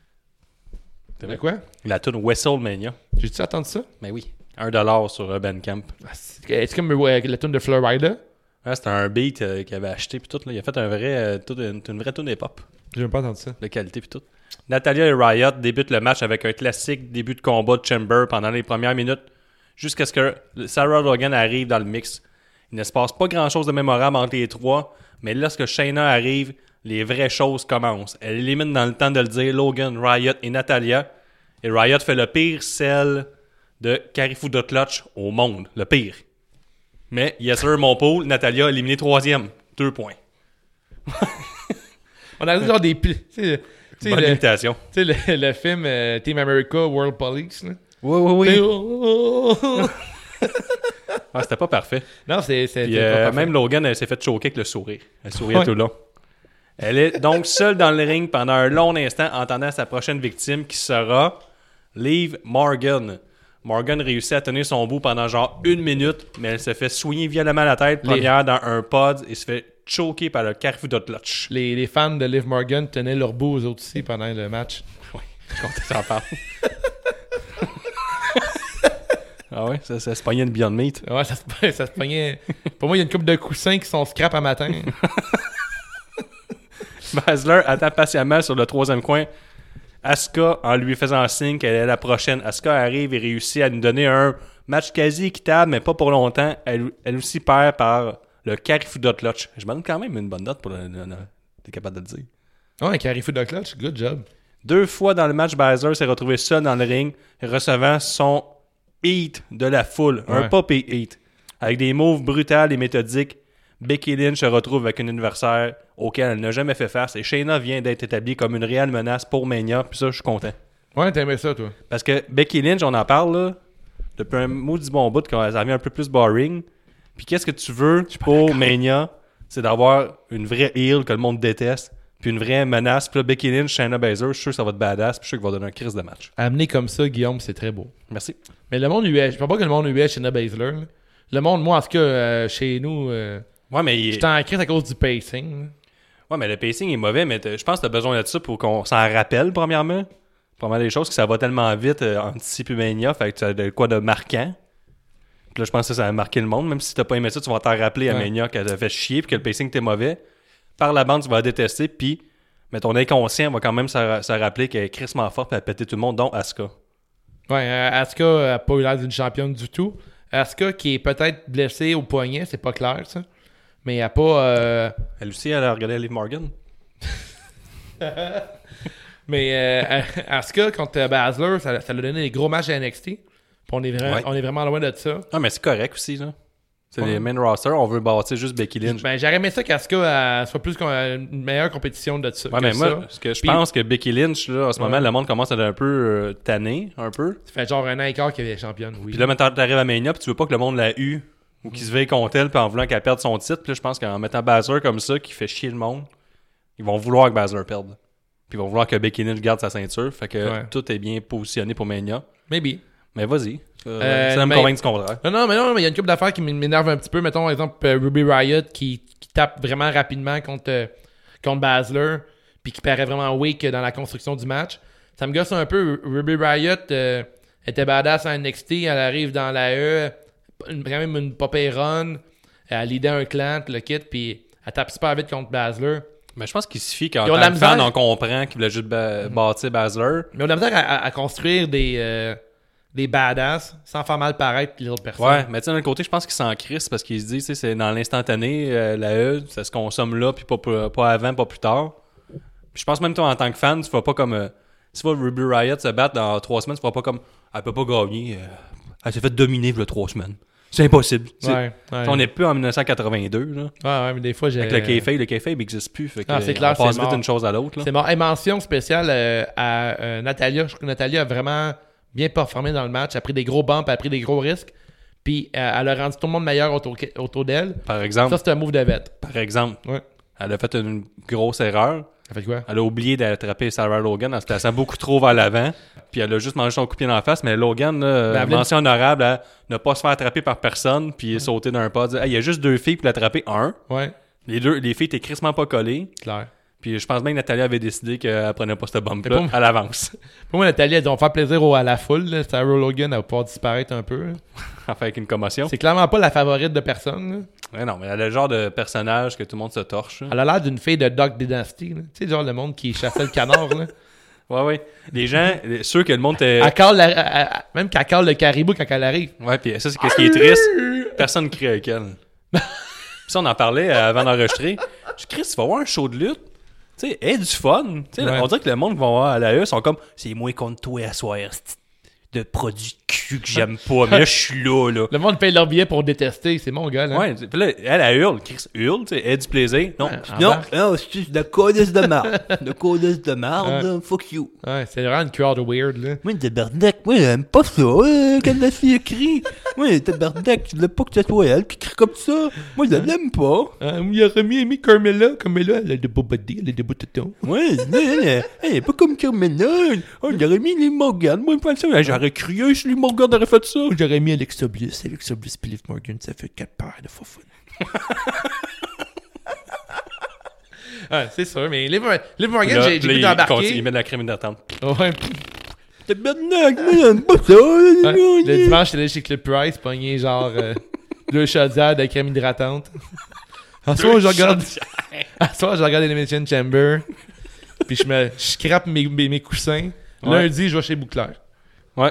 T'avais quoi? La tune WrestleMania. J'ai-tu entendu ça? Ben oui. $1 sur Bandcamp. C'est comme la tune de Florida. Ouais, c'était un beat qu'il avait acheté puis tout. Là. Il a fait une vraie tune hip-hop. J'ai même pas entendu ça. De qualité puis tout. Natalya et Riot débutent le match avec un classique début de combat de Chamber pendant les premières minutes jusqu'à ce que Sarah Logan arrive dans le mix. Il ne se passe pas grand-chose de mémorable entre les trois, mais lorsque Shayna arrive, les vraies choses commencent. Elle élimine dans le temps de le dire Logan, Riot et Natalya. Et Riot fait le pire sell de Karifuda Clutch au monde. Le pire. Mais, yes sir, mon pool, Natalya a éliminé 3e. 2 points. On a genre des... Bonne imitation. Tu sais, le film Team America, World Police. Là. Oui. Ah, c'était pas parfait. Non, c'est puis, pas parfait. Même Logan, elle s'est fait choquer avec le sourire. Elle souriait tout le long. Elle est donc seule dans le ring pendant un long instant, entendant sa prochaine victime qui sera Liv Morgan. Morgan réussit à tenir son bout pendant genre 1 minute, mais elle se fait soigner violemment la tête première dans un pod et se fait choquer par le Karifuda Clutch. Les fans de Liv Morgan tenaient leur bout aux autres aussi pendant le match. Oui, je suis content que ça en parle. Ah ouais, ça se pognait une Beyond Meat. Ouais, ça se pognait. Pour moi, il y a une couple de coussins qui sont scrap à matin. Baszler attend patiemment sur le 3e coin Asuka en lui faisant signe qu'elle est la prochaine. Asuka arrive et réussit à nous donner un match quasi équitable, mais pas pour longtemps. Elle aussi perd par le Karifuda Clutch. Je me donne quand même une bonne note pour t'es capable de le dire. Ouais, Karifuda Clutch, good job. 2 fois dans le match, Baszler s'est retrouvé seul dans le ring, recevant son heat de la foule. Ouais. Un pop heat. Avec des moves brutales et méthodiques, Becky Lynch se retrouve avec un adversaire auquel elle n'a jamais fait face et Shayna vient d'être établie comme une réelle menace pour Mania, puis ça, je suis content. Ouais, t'aimais ça, toi. Parce que Becky Lynch, on en parle, là, depuis un maudit bon bout, quand ça devient un peu plus boring. Puis qu'est-ce que tu veux pour Mania? c'est d'avoir une vraie heel que le monde déteste, puis une vraie menace. Puis là, Becky Lynch, Shayna Baszler, je suis sûr que ça va être badass, puis je suis sûr qu'il va donner un crise de match. Amener comme ça, Guillaume, c'est très beau. Merci. Mais le monde US, je pense pas que le monde US chez Shayna Baszler. Là. Le monde, moi, en tout cas, chez nous, Ouais, mais j'étais en crise à cause du pacing. Là. ouais, mais le pacing est mauvais, mais je pense que t'as besoin de ça pour qu'on s'en rappelle, premièrement. Premièrement des choses, que ça va tellement vite entre ici et Mania, fait que tu as de quoi de marquant. Puis là, je pense que ça a marqué le monde. Même si t'as pas aimé ça, tu vas t'en rappeler à Mania qu'elle t'a fait chier puis que le pacing était mauvais. Par la bande, tu vas la détester, puis mais ton inconscient va quand même se rappeler qu'elle est crissement forte et elle a pété tout le monde, dont Asuka. Ouais, Asuka n'a pas eu l'air d'une championne du tout. Asuka qui est peut-être blessée au poignet, c'est pas clair ça. Mais elle a pas. Elle aussi, elle a regardé Liv Morgan. Mais Asuka contre Baszler, ça lui a donné des gros matchs à NXT. Puis on est vraiment loin de ça. Ah, mais c'est correct aussi, là. C'est Ouais. les main roster, on veut bâtir juste Becky Lynch. Ben, j'aurais aimé ça qu'Asuka soit plus une meilleure compétition de ça. Ouais, mais moi, ce que je pense que Becky Lynch, là, en ce moment, le monde commence à être un peu tanné, un peu. Ça fait genre un an et quart qu'elle est championne, oui. Puis là, maintenant, t'arrives à Mania, puis tu veux pas que le monde l'a eu, ou qu'il se veille contre elle, puis en voulant qu'elle perde son titre. Puis là, je pense qu'en mettant Baszler comme ça, qui fait chier le monde, ils vont vouloir que Baszler perde. Puis ils vont vouloir que Becky Lynch garde sa ceinture. Fait que tout est bien positionné pour Mania. Maybe. Mais vas-y. Ça va me convaincre du contraire. Non, mais il y a une couple d'affaires qui m'énervent un petit peu. Mettons, par exemple, Ruby Riott qui tape vraiment rapidement contre Baszler, puis qui paraît vraiment weak dans la construction du match. Ça me gosse un peu. Ruby Riott était badass à NXT. Elle arrive dans la E, quand même une popée run. Elle leadait un clan, le kit, puis elle tape super vite contre Baszler. Mais je pense qu'il suffit qu'en Ils ont tant de la que fan, misère. on comprend qu'il voulait juste bâtir Baszler. Mais on a besoin à construire des badass sans faire mal paraître les autres personnes. Ouais, mais tu sais, d'un côté, je pense qu'ils s'en crissent parce qu'ils se disent, tu sais, c'est dans l'instantané, la E, ça se consomme là, puis pas avant, pas plus tard. Puis je pense même toi, en tant que fan, tu vas pas comme. Si tu vas Ruby Riott se battre dans 3 semaines, tu vas pas comme. Elle peut pas gagner. Elle s'est fait dominer il y a 3 semaines. C'est impossible. Ouais. On n'est plus en 1982, là. Ouais, mais des fois, j'ai. Avec le kayfabe n'existe plus. Fait que c'est clair, on passe c'est vite mort. d'une chose à l'autre. Là. C'est mort. Hey, mention spéciale à Natalia. Je trouve que Natalia a vraiment bien performé dans le match. Elle a pris des gros bumps, elle a pris des gros risques. Puis elle a rendu tout le monde meilleur autour d'elle. Par exemple. Ça, c'est un move de vette. Par exemple. Ouais. Elle a fait une grosse erreur. Elle a fait quoi? Elle a oublié d'attraper Sarah Logan en se plaçant beaucoup trop vers l'avant. Puis elle a juste mangé son coup de pied dans la face. Mais Logan, là, mention honorable à ne pas se faire attraper par personne. Puis sauter d'un pas. Dire, hey, il y a juste 2 filles pour l'attraper. Ouais. Les filles étaient crissement pas collées. Clair. Puis je pense bien que Natalia avait décidé qu'elle prenait pas ce Mais bump-là pour- à l'avance. Pour moi, Natalia, elle dit on va faire plaisir à la foule. Là. Sarah Logan, elle va pouvoir disparaître un peu. Enfin, avec une commotion. C'est clairement pas la favorite de personne. Là. Ouais, non, mais elle a le genre de personnage que tout le monde se torche. Là. Elle a l'air d'une fille de Doc Dynasty. Là. Tu sais, genre le monde qui chassait le canard. Là. Ouais, ouais. Les gens, ceux que le monde était. Elle cale même qu'elle cale le caribou quand elle arrive. Ouais, puis ça, c'est qu'est-ce qui est triste. Personne ne crie avec elle. Puis ça, on en parlait avant d'enregistrer. Je dis, Chris, tu vas voir un show de lutte. Tu sais, du fun. Tu sais, Ouais. on dirait que le monde qui va voir à la E sont comme, c'est moi contre toi à soir, de produits de cul que j'aime pas. Mais là, je suis là. Le monde paye leur billet pour détester. C'est mon gars. Là. Ouais, puis là, elle hurle. Chris hurle, tu sais, elle a du plaisir. Non, Ouais, non, embarque. non, c'est de codesse de marde. De codesse de marde, là, fuck you. Ouais, c'est vraiment une crowd weird. Là. Moi, tabarnak, moi, j'aime pas ça, quand la fille crie. Moi, tabarnak, je voulais pas que ce soit elle qui crie comme ça. Moi, je l'aime pas. Il aurait aimé Carmella. Carmella, elle a des beaux body, elle a des beaux tétons. Ouais, elle est pas comme Carmella. On aurait mis les Morgan. Moi, pas ça. J'aurais crié si les Morgan auraient fait ça. J'aurais mis Alexa Bliss. Alexa Bliss et Liv Morgan, ça fait 4 paires de faux c'est sûr, mais Liv Morgan, j'ai pu t'embarquer. Il met de la crème hydratante. Ouais. Tabarnak, moi, j'aime pas ça. Le dimanche, j'étais allé chez Club Price, pogné genre 2 chaudières de crème hydratante. En soir, je regarde Elimination Chamber. Puis je scrape mes coussins. Ouais. Lundi, je vais chez Bouclair. Ouais.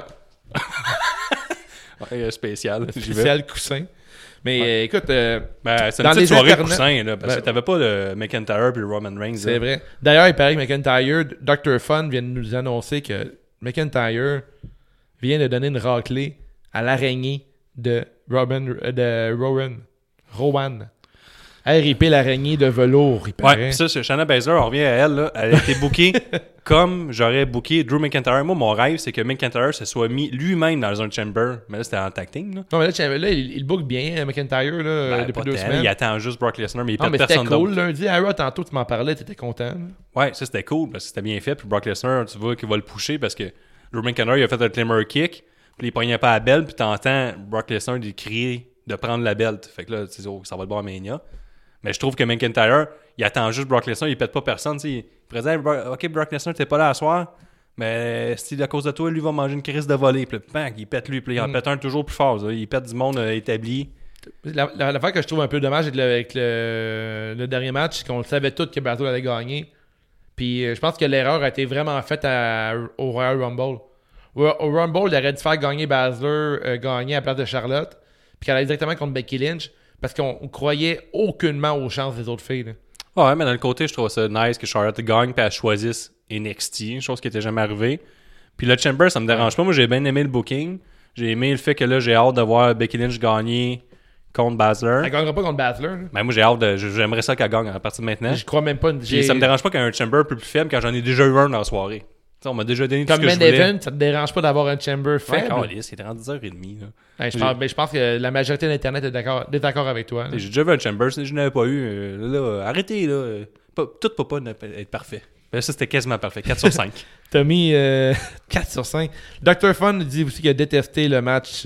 Ouais, spécial. J'y vais. Spécial coussin. Mais écoute, Ben, c'est Dans une petite les soirée internets- coussin, là. Parce que Ben- t'avais pas le McIntyre puis le Roman Reigns. c'est là. vrai. D'ailleurs, il paraît que McIntyre, Dr. Fun vient de nous annoncer que McIntyre vient de donner une raclée à l'araignée de Rowan. R.I.P. l'araignée de velours, il paraît. Ouais, pis ça, Shayna Baszler, on revient à elle, là. Elle a été bookée comme j'aurais booké Drew McIntyre. Moi, mon rêve, c'est que McIntyre se soit mis lui-même dans un chamber. Mais là, c'était en tag team, là. Non, mais là il book bien, McIntyre, là, depuis 2 semaines. Il attend juste Brock Lesnar, mais il perd mais personne c'était cool. d'autre. Lundi, à Raw, tantôt, tu m'en parlais, t'étais content. Là. Ouais, ça, c'était cool, parce que c'était bien fait. Puis Brock Lesnar, tu vois qu'il va le pusher, parce que Drew McIntyre, il a fait un Claymore kick, puis il pognait pas la belle, puis t'entends Brock Lesnar lui crier de prendre la belt. Fait que là, tu sais, ça va le voir à Mania. Mais je trouve que McIntyre, il attend juste Brock Lesnar, il pète pas personne. Il présente, OK, Brock Lesnar, t'es pas là à soir, mais si à cause de toi, lui va manger une crise de volée. Puis bang, il pète lui, puis il en pète un toujours plus fort. Il pète du monde établi. L'affaire que je trouve un peu dommage avec le dernier match, c'est qu'on le savait tous que Baszler allait gagner. Puis je pense que l'erreur a été vraiment faite au Royal Rumble. Au Rumble, il aurait dû faire gagner Baszler, gagner à la place de Charlotte, puis qu'elle allait directement contre Becky Lynch. Parce qu'on croyait aucunement aux chances des autres filles. Là. Ouais, mais d'un côté, je trouve ça nice que Charlotte gagne et elle choisisse NXT, chose qui n'était jamais arrivée. Puis le Chamber, ça me dérange pas. Moi, j'ai bien aimé le booking. J'ai aimé le fait que là, j'ai hâte de voir Becky Lynch gagner contre Baszler. Elle gagnera pas contre Baszler. Ben, moi, j'ai hâte j'aimerais ça qu'elle gagne à partir de maintenant. Je crois même pas. Ça me dérange pas qu'il y ait un Chamber plus faible quand j'en ai déjà eu un dans la soirée. T'sais, on m'a déjà donné tout ce comme que je voulais. event, ça te dérange pas d'avoir un Chamber faible? Ouais, il est rendu 10h30. Là. Ouais, je pense que la majorité d'Internet est d'accord avec toi. J'ai déjà vu un Chamber, si je n'avais pas eu. Là, arrêtez, là. Tout peut pas être parfait. Mais ça, c'était quasiment parfait. 4 sur 5. T'as mis 4 sur 5. Dr. Fun dit aussi qu'il a détesté le match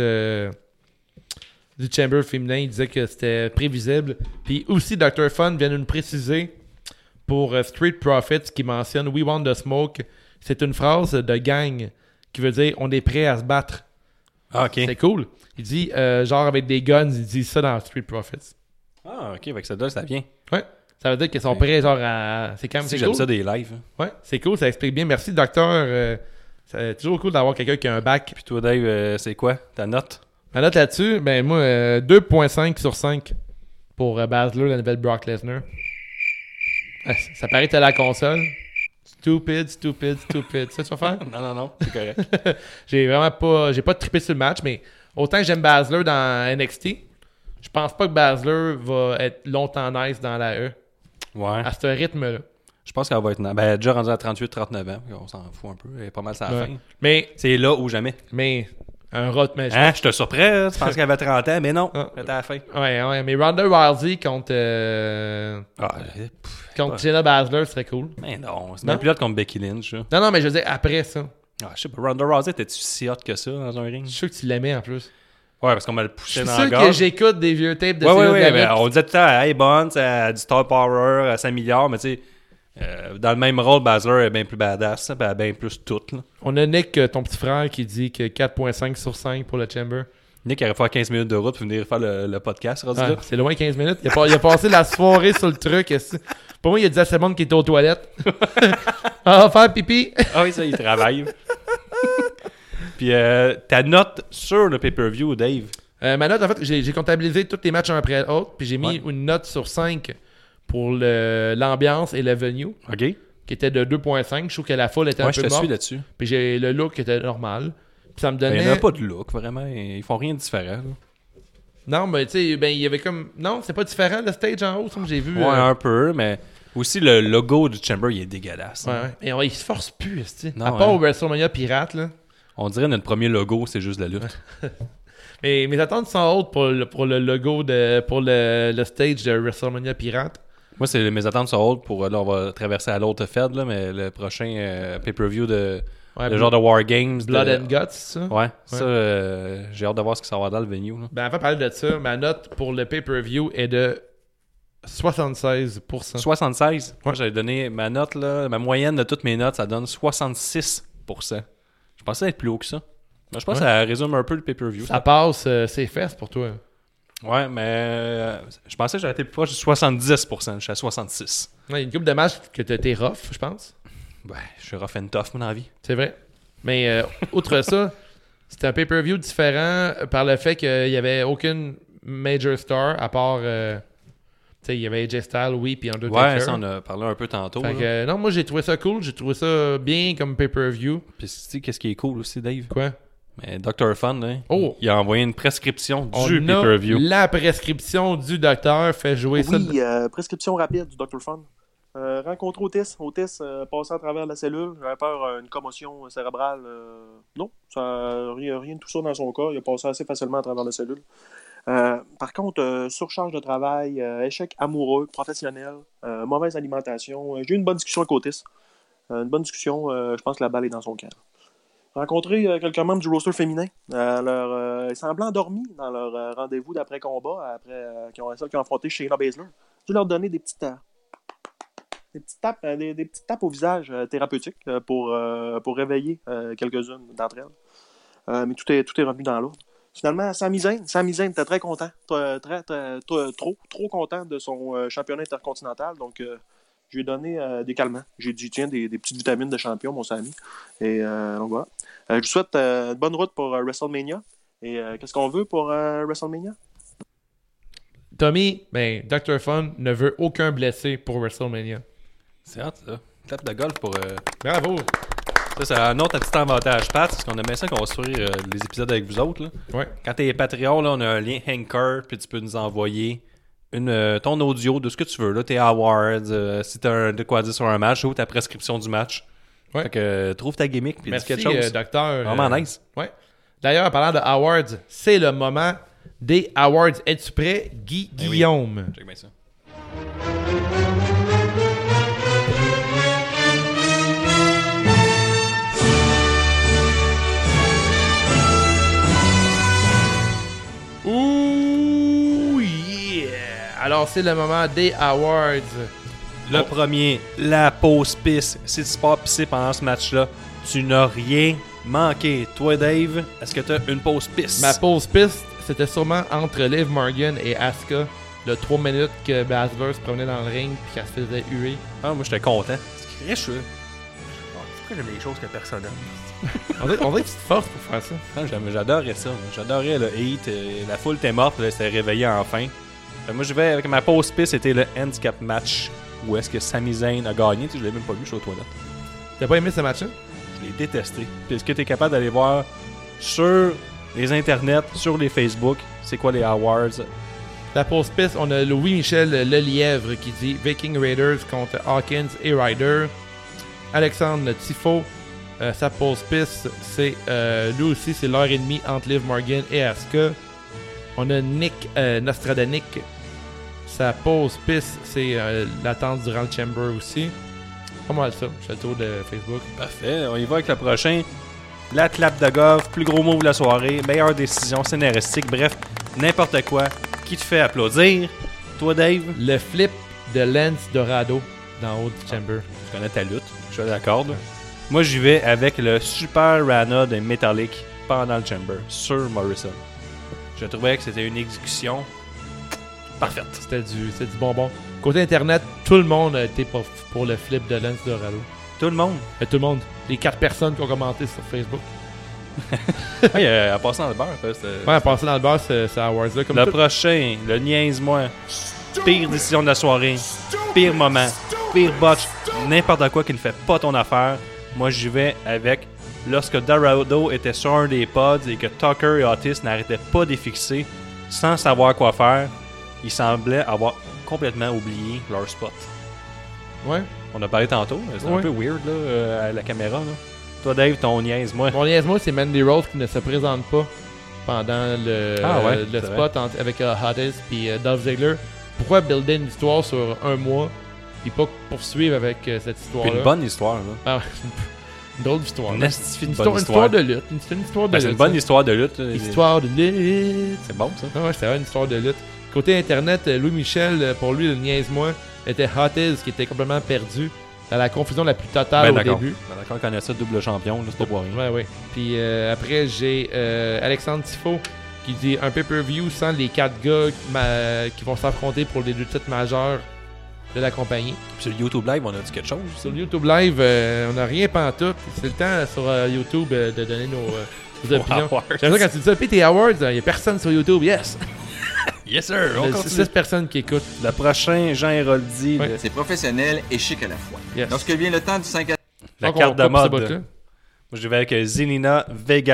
du Chamber féminin. Il disait que c'était prévisible. Puis aussi, Dr. Fun vient de nous préciser pour Street Profits qui mentionne We want the smoke. C'est une phrase de gang qui veut dire on est prêt à se battre. Ah, ok. C'est cool. Il dit, genre avec des guns, il dit ça dans Street Profits. Ah, ok. Avec ça vient. Ouais. Ça veut dire qu'ils sont prêts, genre à. C'est quand même. C'est cool. j'aime ça des lives. Ouais, c'est cool, ça explique bien. Merci, docteur. C'est toujours cool d'avoir quelqu'un qui a un bac. Puis toi, Dave, c'est quoi ta note? Ma note là-dessus, ben moi, 2.5 sur 5 pour Baszler, la nouvelle Brock Lesnar. Ça paraît que t'es à la console. Stupid. Ça, tu vas faire? Non, c'est correct. J'ai pas trippé sur le match, mais autant que j'aime Baszler dans NXT, je pense pas que Baszler va être longtemps nice dans la E. Ouais. À ce rythme-là. Je pense qu'elle va être... Ben, déjà rendue à 38-39 ans. On s'en fout un peu. Elle est pas mal à la fin. Mais... C'est là ou jamais. Mais... Un rot, mais je te surprends. Tu penses qu'elle avait 30 ans, mais non. Elle était à la fin. Ouais, mais Ronda Rousey contre Shayna Baszler serait cool. Mais non, c'est même plus hot contre Becky Lynch. Là. Non, mais je veux dire, après ça. Je sais pas, Ronda Rousey, t'es-tu si hot que ça dans un ring? Je suis sûr que tu l'aimais en plus. Ouais, parce qu'on m'a le poussé dans la gorge. C'est sûr que j'écoute des vieux tapes de Ouais, on disait tout le temps, hey, bonne, elle a du star power, elle s'améliore, mais tu sais, dans le même rôle, Baszler est bien plus badass, elle a bien plus tout. Là. On a Nick, ton petit frère, qui dit que 4.5 sur 5 pour le Chamber. Nick aurait fait 15 minutes de route pour venir faire le podcast. C'est loin 15 minutes. Il a passé la soirée sur le truc. Pour moi, il a dit à Simone qu'il était aux toilettes. Ah, faire pipi. Ah oui, ça, il travaille. Puis ta note sur le pay-per-view, Dave? Ma note, en fait, j'ai comptabilisé tous les matchs un après l'autre, puis j'ai mis une note sur 5 pour l'ambiance et le venue. OK. Qui était de 2.5. Je trouve que la foule était un peu morte. Ouais, je te suis là-dessus. Puis j'ai le look qui était normal. Puis ça me donnait... Il n'y en a pas de look, vraiment. Ils font rien de différent. Là. Non, mais tu sais, il y avait comme... Non, c'est pas différent, le stage en haut, comme j'ai vu. Ouais, un peu, mais... Aussi, le logo du Chamber, il est dégueulasse. Ouais. Et il se force plus, tu sais. À part au WrestleMania Pirate, là. On dirait notre premier logo, c'est juste la lutte. Mais mes attentes sont hautes pour le logo, pour le stage de WrestleMania Pirate. Moi, mes attentes sont hautes pour... Là, on va traverser à l'autre Fed, là, mais le prochain pay-per-view de... le genre de War Games. Blood and Guts, ça? Ouais. Ça, j'ai hâte de voir ce que ça va dans le venue. Là. Ben, avant de parler de ça, ma note pour le pay-per-view est de 76%. 76? Ouais. Moi, j'avais donné ma note, là, ma moyenne de toutes mes notes, ça donne 66%. Je pensais être plus haut que ça. Mais je pense que ça résume un peu le pay-per-view. Ça passe ses fesses pour toi. Ouais, mais je pensais que j'aurais été plus proche de 70%. Je suis à 66%. Ouais, il y a une couple de matchs que tu as été rough, je pense. Ouais, je suis rough and tough, mon envie. C'est vrai. Mais outre ça, c'était un pay-per-view différent par le fait qu'il n'y avait aucune major star à part... tu sais, il y avait AJ Styles, oui, puis Undertaker. Ouais, ça, on a parlé un peu tantôt. Fait que, non, moi, j'ai trouvé ça cool. J'ai trouvé ça bien comme pay-per-view. Puis, tu sais, qu'est-ce qui est cool aussi, Dave? Quoi? Mais Dr. Fun, là, Oh. il a envoyé une prescription On du a pay-per-view. la prescription du docteur. Fait jouer ça. Oui, prescription rapide du Dr. Fun. Rencontre Otis. Otis passant à travers la cellule. J'avais peur une commotion cérébrale. Non, rien de tout ça dans son cas. Il a passé assez facilement à travers la cellule. Par contre, surcharge de travail, échec amoureux, professionnel, mauvaise alimentation. J'ai eu une bonne discussion avec Otis. Une bonne discussion. Je pense que la balle est dans son camp. Rencontré quelques membres du roster féminin. Ils semblaient endormis dans leur rendez-vous d'après-combat, celles qui ont affronté Shayna Baszler. J'ai dû leur donner des petites tapes au visage thérapeutiques pour réveiller quelques-unes d'entre elles. Mais tout est revenu dans l'ordre. Finalement, Sami Zayn était très content. Trop content de son championnat intercontinental. Donc, je lui ai donné des calmants. J'ai dit, tiens, des petites vitamines de champion, mon Sami. Et donc voilà. Je vous souhaite une bonne route pour WrestleMania. Et qu'est-ce qu'on veut pour WrestleMania? Tommy, Dr. Fun ne veut aucun blessé pour WrestleMania. C'est hot, ça. Tête de golf pour... Bravo! Ça, c'est un autre petit avantage, Pat, parce qu'on aimait ça construire les épisodes avec vous autres. Là. Ouais. Quand t'es Patreon, là, on a un lien Anchor, puis tu peux nous envoyer ton audio de ce que tu veux. Là, tes awards, si t'as de quoi dire sur un match, ou ta prescription du match. Ouais. Fait que trouve ta gimmick, puis dis Merci, quelque chose. docteur. Vraiment nice. Ouais. D'ailleurs, en parlant de awards, c'est le moment des awards. Es-tu prêt, Guillaume? Check bien ça. Ouh, yeah! Alors, c'est le moment des awards. Le premier, la pause pisse. Si tu pars pisser pendant ce match-là, tu n'as rien manqué. Toi, Dave, est-ce que tu as une pause pisse? Ma pause piste, c'était sûrement entre Liv Morgan et Asuka. Le 3 minutes que Baszler se promenait dans le ring puis qu'elle se faisait huer. Ah, moi, j'étais content. C'est riche, ça. Pourquoi j'aime des choses que personne n'aime? On dirait que tu te forces pour faire ça. Ah, j'adorais ça. J'adorais le heat. La foule était morte, là, elle s'est réveillée enfin. Moi, je vais avec ma pause piste, c'était le handicap match. Où est-ce que Sami Zayn a gagné? Tu sais, je l'ai même pas vu, je suis aux toilettes. T'as pas aimé ce match-là? Je l'ai détesté. Puis est-ce que tu es capable d'aller voir sur les internets, sur les Facebook, c'est quoi les awards? La pause piste, on a Louis-Michel Lelièvre qui dit Viking Raiders contre Hawkins et Ryder. Alexandre Tifo, sa pause piste, c'est lui aussi, c'est l'heure et demie entre Liv Morgan et Asuka. On a Nick Nostradanic. Sa pause piste, c'est l'attente durant le Chamber aussi. Pas mal ça, je fais le tour de Facebook. Parfait, on y va avec le prochain. La clap de golf, plus gros move de la soirée, meilleure décision scénaristique, bref, n'importe quoi qui te fait applaudir. Toi, Dave? Le flip de Lance Dorado dans haut du Chamber. Je connais ta lutte, je suis d'accord. Là. Moi, j'y vais avec le Super Rana de Metallic pendant le Chamber, sur Morrison. Je trouvais que c'était une exécution parfaite. C'était du bonbon. Côté internet, tout le monde a été pour le flip de Lance Dorado. Tout le monde. Tout le monde. Les 4 personnes qui ont commenté sur Facebook. Oui, en passant dans le beurre. Ouais, en passant dans le bar, c'est Awards-là. Comme le tout. prochain, le niaise-moi. Pire décision de la soirée. Pire moment. Pire botch. N'importe quoi qui ne fait pas ton affaire. Moi, j'y vais avec lorsque Dorado était sur un des pods et que Tucker et Otis n'arrêtaient pas d'y fixer sans savoir quoi faire. Ils semblaient avoir complètement oublié leur spot. Ouais. On a parlé tantôt. C'est un peu weird là, à la caméra. Là. Toi, Dave, ton niaise-moi. Mon niaise-moi, c'est Mandy Rose qui ne se présente pas pendant le spot avec Otis et Dolph Ziggler. Pourquoi builder une histoire sur un mois et pas poursuivre avec cette histoire-là? Puis une bonne histoire. Là. Ah, une drôle d'histoire. Une histoire de lutte. C'est une histoire de lutte. C'est une bonne histoire de lutte. Histoire de lutte. C'est bon, ça. Ah ouais, c'est vrai, une histoire de lutte. Côté internet, Louis-Michel, pour lui, le niaise-moi, était Otis qui était complètement perdu dans la confusion la plus totale au début. Ben d'accord, on connaît ça, double champion, là, c'est pas pour rien. Ouais. Puis après, j'ai Alexandre Tifo qui dit un pay-per-view sans les 4 gars qui vont s'affronter pour les 2 titres majeurs de la compagnie. Puis sur YouTube Live, on a dit quelque chose. Sur YouTube Live, on n'a rien pantoute. C'est le temps sur YouTube de donner nos opinions. J'aime ça quand tu dis ça. Puis tes awards, il n'y a personne sur YouTube. Yes! Yes sir, on continue. 6 personnes qui écoutent. Le prochain, Jean Héroldi. Ouais. C'est professionnel et chic à la fois. Yes. Lorsque vient le temps du 5 à... La Donc, carte de on coupe ce mode. bout-là. Moi, je vais avec Zelina Vega.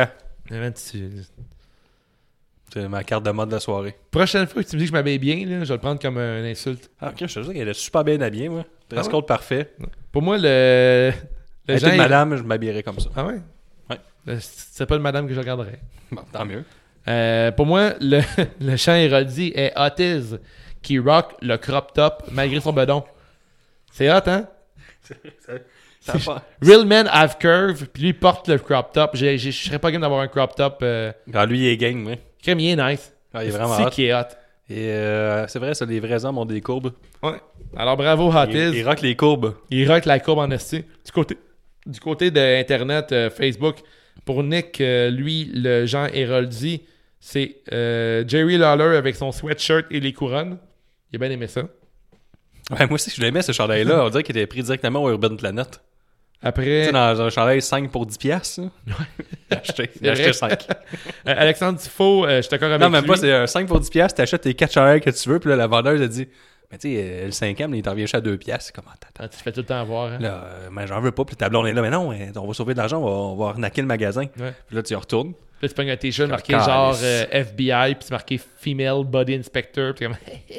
C'est ma carte de mode de la soirée. Prochaine fois que tu me dis que je m'habille bien, là, je vais le prendre comme une insulte. Ah, ok, je te dis qu'elle est super bien habillée, moi. Dress code parfait. Pour moi, le Genre madame, je m'habillerais comme ça. Ah ouais? Ouais. C'est pas le madame que je regarderais. Bon, tant mieux. Pour moi, le chant érudit est Otis qui rock le crop top malgré son bedon. C'est hot, hein? Ça va. Real men have curve, puis lui porte le crop top. Je serais pas game d'avoir un crop top. Quand lui, il est gang, oui. Crème, il est nice. Ah, il est vraiment C'est hot. qui est hot. Et c'est vrai, ça, les vrais hommes ont des courbes. Ouais. Alors bravo, Otis. Il rock les courbes. Il rock la courbe en esti. Du côté de Internet, Facebook, pour Nick, lui, le Jean Héroldi, c'est Jerry Lawler avec son sweatshirt et les couronnes. Il a bien aimé ça. Ouais, moi aussi, je l'aimais, ce chandail-là. On dirait qu'il était pris directement au Urban Planet. Après... Tu sais, dans un chandail 5 pour 10$. J'ai acheté 5. Alexandre Tifo, je suis d'accord avec lui. Non, même pas, c'est 5 pour 10$. T'achètes tes 4 chandails que tu veux. Puis là, la vendeuse a dit, mais tu sais, le 5e, il t'en revient à 2$. C'est comment t'attends? Tu te fais tout le temps avoir. Hein? Là, mais j'en veux pas. Puis ta blonde est là. Mais non, on va sauver de l'argent. On va arnaquer le magasin. Ouais. Puis là, tu y retournes. Puis là, tu pognes un t-shirt marqué genre FBI, puis c'est marqué Female Body Inspector. Puis comme...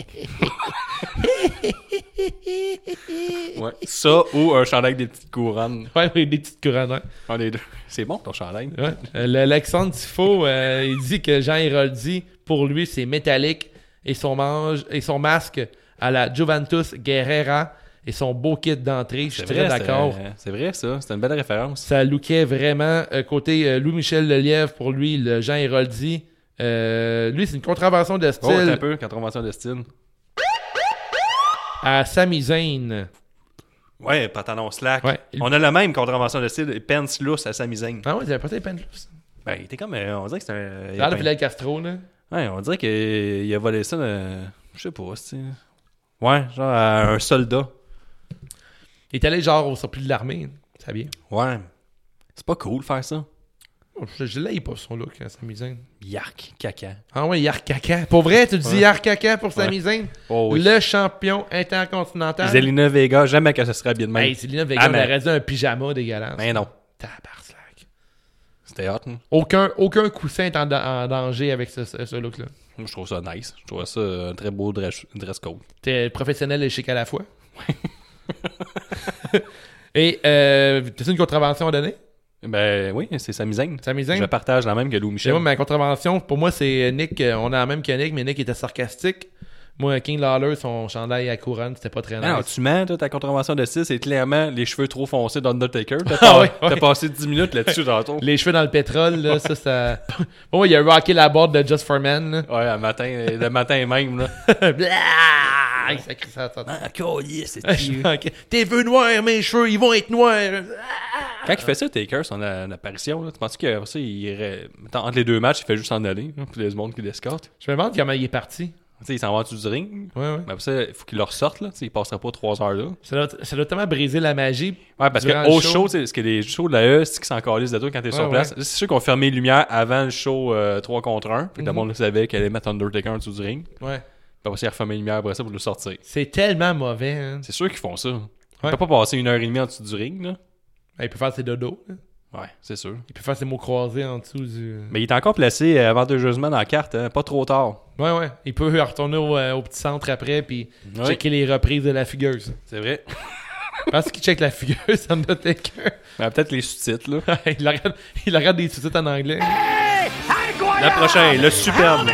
Ouais. Ça ou un chandail avec des petites couronnes. Ouais, des petites couronnes. Ouais. Un des deux. C'est bon ton chandail. Ouais. Alexandre Tifo, il dit que Jean Héroldi, pour lui, c'est métallique et son masque à la Juventus Guerrera et son beau kit d'entrée. Je suis très d'accord. C'est vrai, ça. C'est une belle référence. Ça lookait vraiment. Côté Louis-Michel Lelièvre, pour lui, le Jean Héroldi, lui, c'est une contravention de style. Oh, un peu, contravention de style. À Sami Zayn. Ouais, pantalon slack. Ouais. On a la même contravention de style, pants loose à Sami Zayn. Ah ouais, t'avais pas tes pants loose. Ben, il était comme. On dirait que c'était un. Là, Fidel Castro, là. Ouais, on dirait qu'il a volé ça de. Je sais pas, c'est. Ouais, genre à un soldat. Il est allé genre au surplus de l'armée. Ça bien. Ouais. C'est pas cool faire ça. Je l'aime pas son look, Sami Zayn. Yark, caca. Ah ouais, Yark Caca. Pour vrai, tu dis Yark Caca pour Sami Zayn? Oh, oui. Le champion intercontinental. Zelina Vega, jamais qu'elle se serait habillée de même. Hey, Zelina Vega, elle aurait dit un pyjama dégueulasse. Mais non. Tabarnak. C'était hot, hein? Aucun coussin est en danger avec ce look-là. Moi, je trouve ça nice. Je trouve ça un très beau dress code. T'es professionnel et chic à la fois. Et, t'as-tu une contravention à donner? Ben oui, c'est Sami Zayn. Sami Zayn? Je partage la même que Louis Michel. Moi, ma contravention, pour moi, c'est Nick. On a la même que Nick, mais Nick était sarcastique. Moi, King Lawler, son chandail à couronne, c'était pas très nice. Non, tu mens, toi, ta contravention de style, c'est clairement les cheveux trop foncés d'Undertaker. T'as passé 10 minutes là-dessus tantôt. Les cheveux dans le pétrole, là, ça... Oh, il a rocké la boîte de Just for Men, là. Ouais, le matin même, là. Ça crie ça. Ah, collier, c'est Tes cheveux noirs, mes cheveux, ils vont être noirs. Quand il fait ça, Taker, son apparition, là, tu penses que ça, il irait... Entre les deux matchs, il fait juste s'en aller, là, puis il y a du monde qui l'escorte. Je me demande comment il est parti. Tu sais, il s'en va en dessous du ring. Ouais. Mais après ça, il faut qu'il le ressorte, là. Il passerait pas 3 heures là. Ça doit tellement briser la magie. Ouais, parce qu'au show, ce que les shows de la E, c'est qu'ils s'en calissent de toi quand t'es sur place. C'est sûr qu'on fermait les lumières avant le show 3 contre 1. Puis tout le monde savait qu'elle allait mettre Undertaker en dessous du ring. Ouais. Puis après, ils refermaient les lumières après ça pour le sortir. C'est tellement mauvais, hein. C'est sûr qu'ils font ça. Il peut pas passer 1h30 en dessous du ring, là. Il peut faire ses dodos. Hein. Ouais, c'est sûr. Il peut faire ses mots croisés en dessous du... Mais il est encore placé avantageusement dans la carte, hein, pas trop tard. Ouais. Il peut retourner au petit centre après puis checker les reprises de la fugueuse. C'est vrai. Parce qu'il check la fugueuse, Undertaker. Peut-être les sous-titres, là. il regarde des sous-titres en anglais. Hey! La prochaine, le superbe.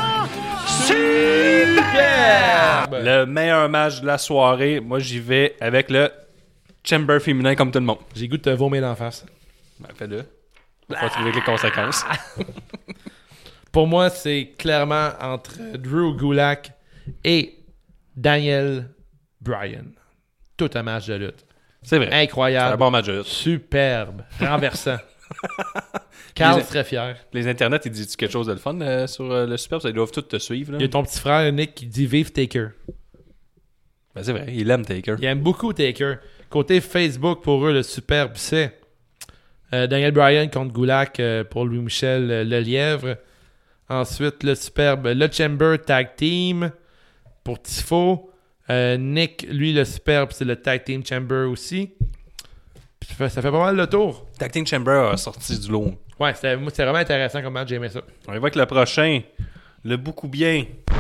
Superbe! Le meilleur match de la soirée, moi j'y vais avec le Chamber féminin comme tout le monde. J'ai goût de te vomir d'en face. Ben, fais-le. Faut trouver les conséquences. Pour moi, c'est clairement entre Drew Gulak et Daniel Bryan. Tout un match de lutte. C'est vrai. Incroyable. C'est un bon match de lutte. Superbe. Renversant. Carl serait fier. Les internets, ils disent quelque chose de le fun sur le Superbe? Ils doivent tous te suivre. Là. Il y a ton petit frère Nick qui dit vive Taker. Ben, c'est vrai, il aime Taker. Il aime beaucoup Taker. Côté Facebook, pour eux, le Superbe, c'est Daniel Bryan contre Gulak pour Louis-Michel Lelièvre. Ensuite, le Superbe, le Chamber Tag Team pour Tifo. Nick, lui, le Superbe, c'est le Tag Team Chamber aussi. Ça fait pas mal le tour. Tag Team Chamber a sorti du lot. Ouais, c'était vraiment intéressant comme match, j'ai aimé ça. On y va avec le prochain. Le beaucoup bien.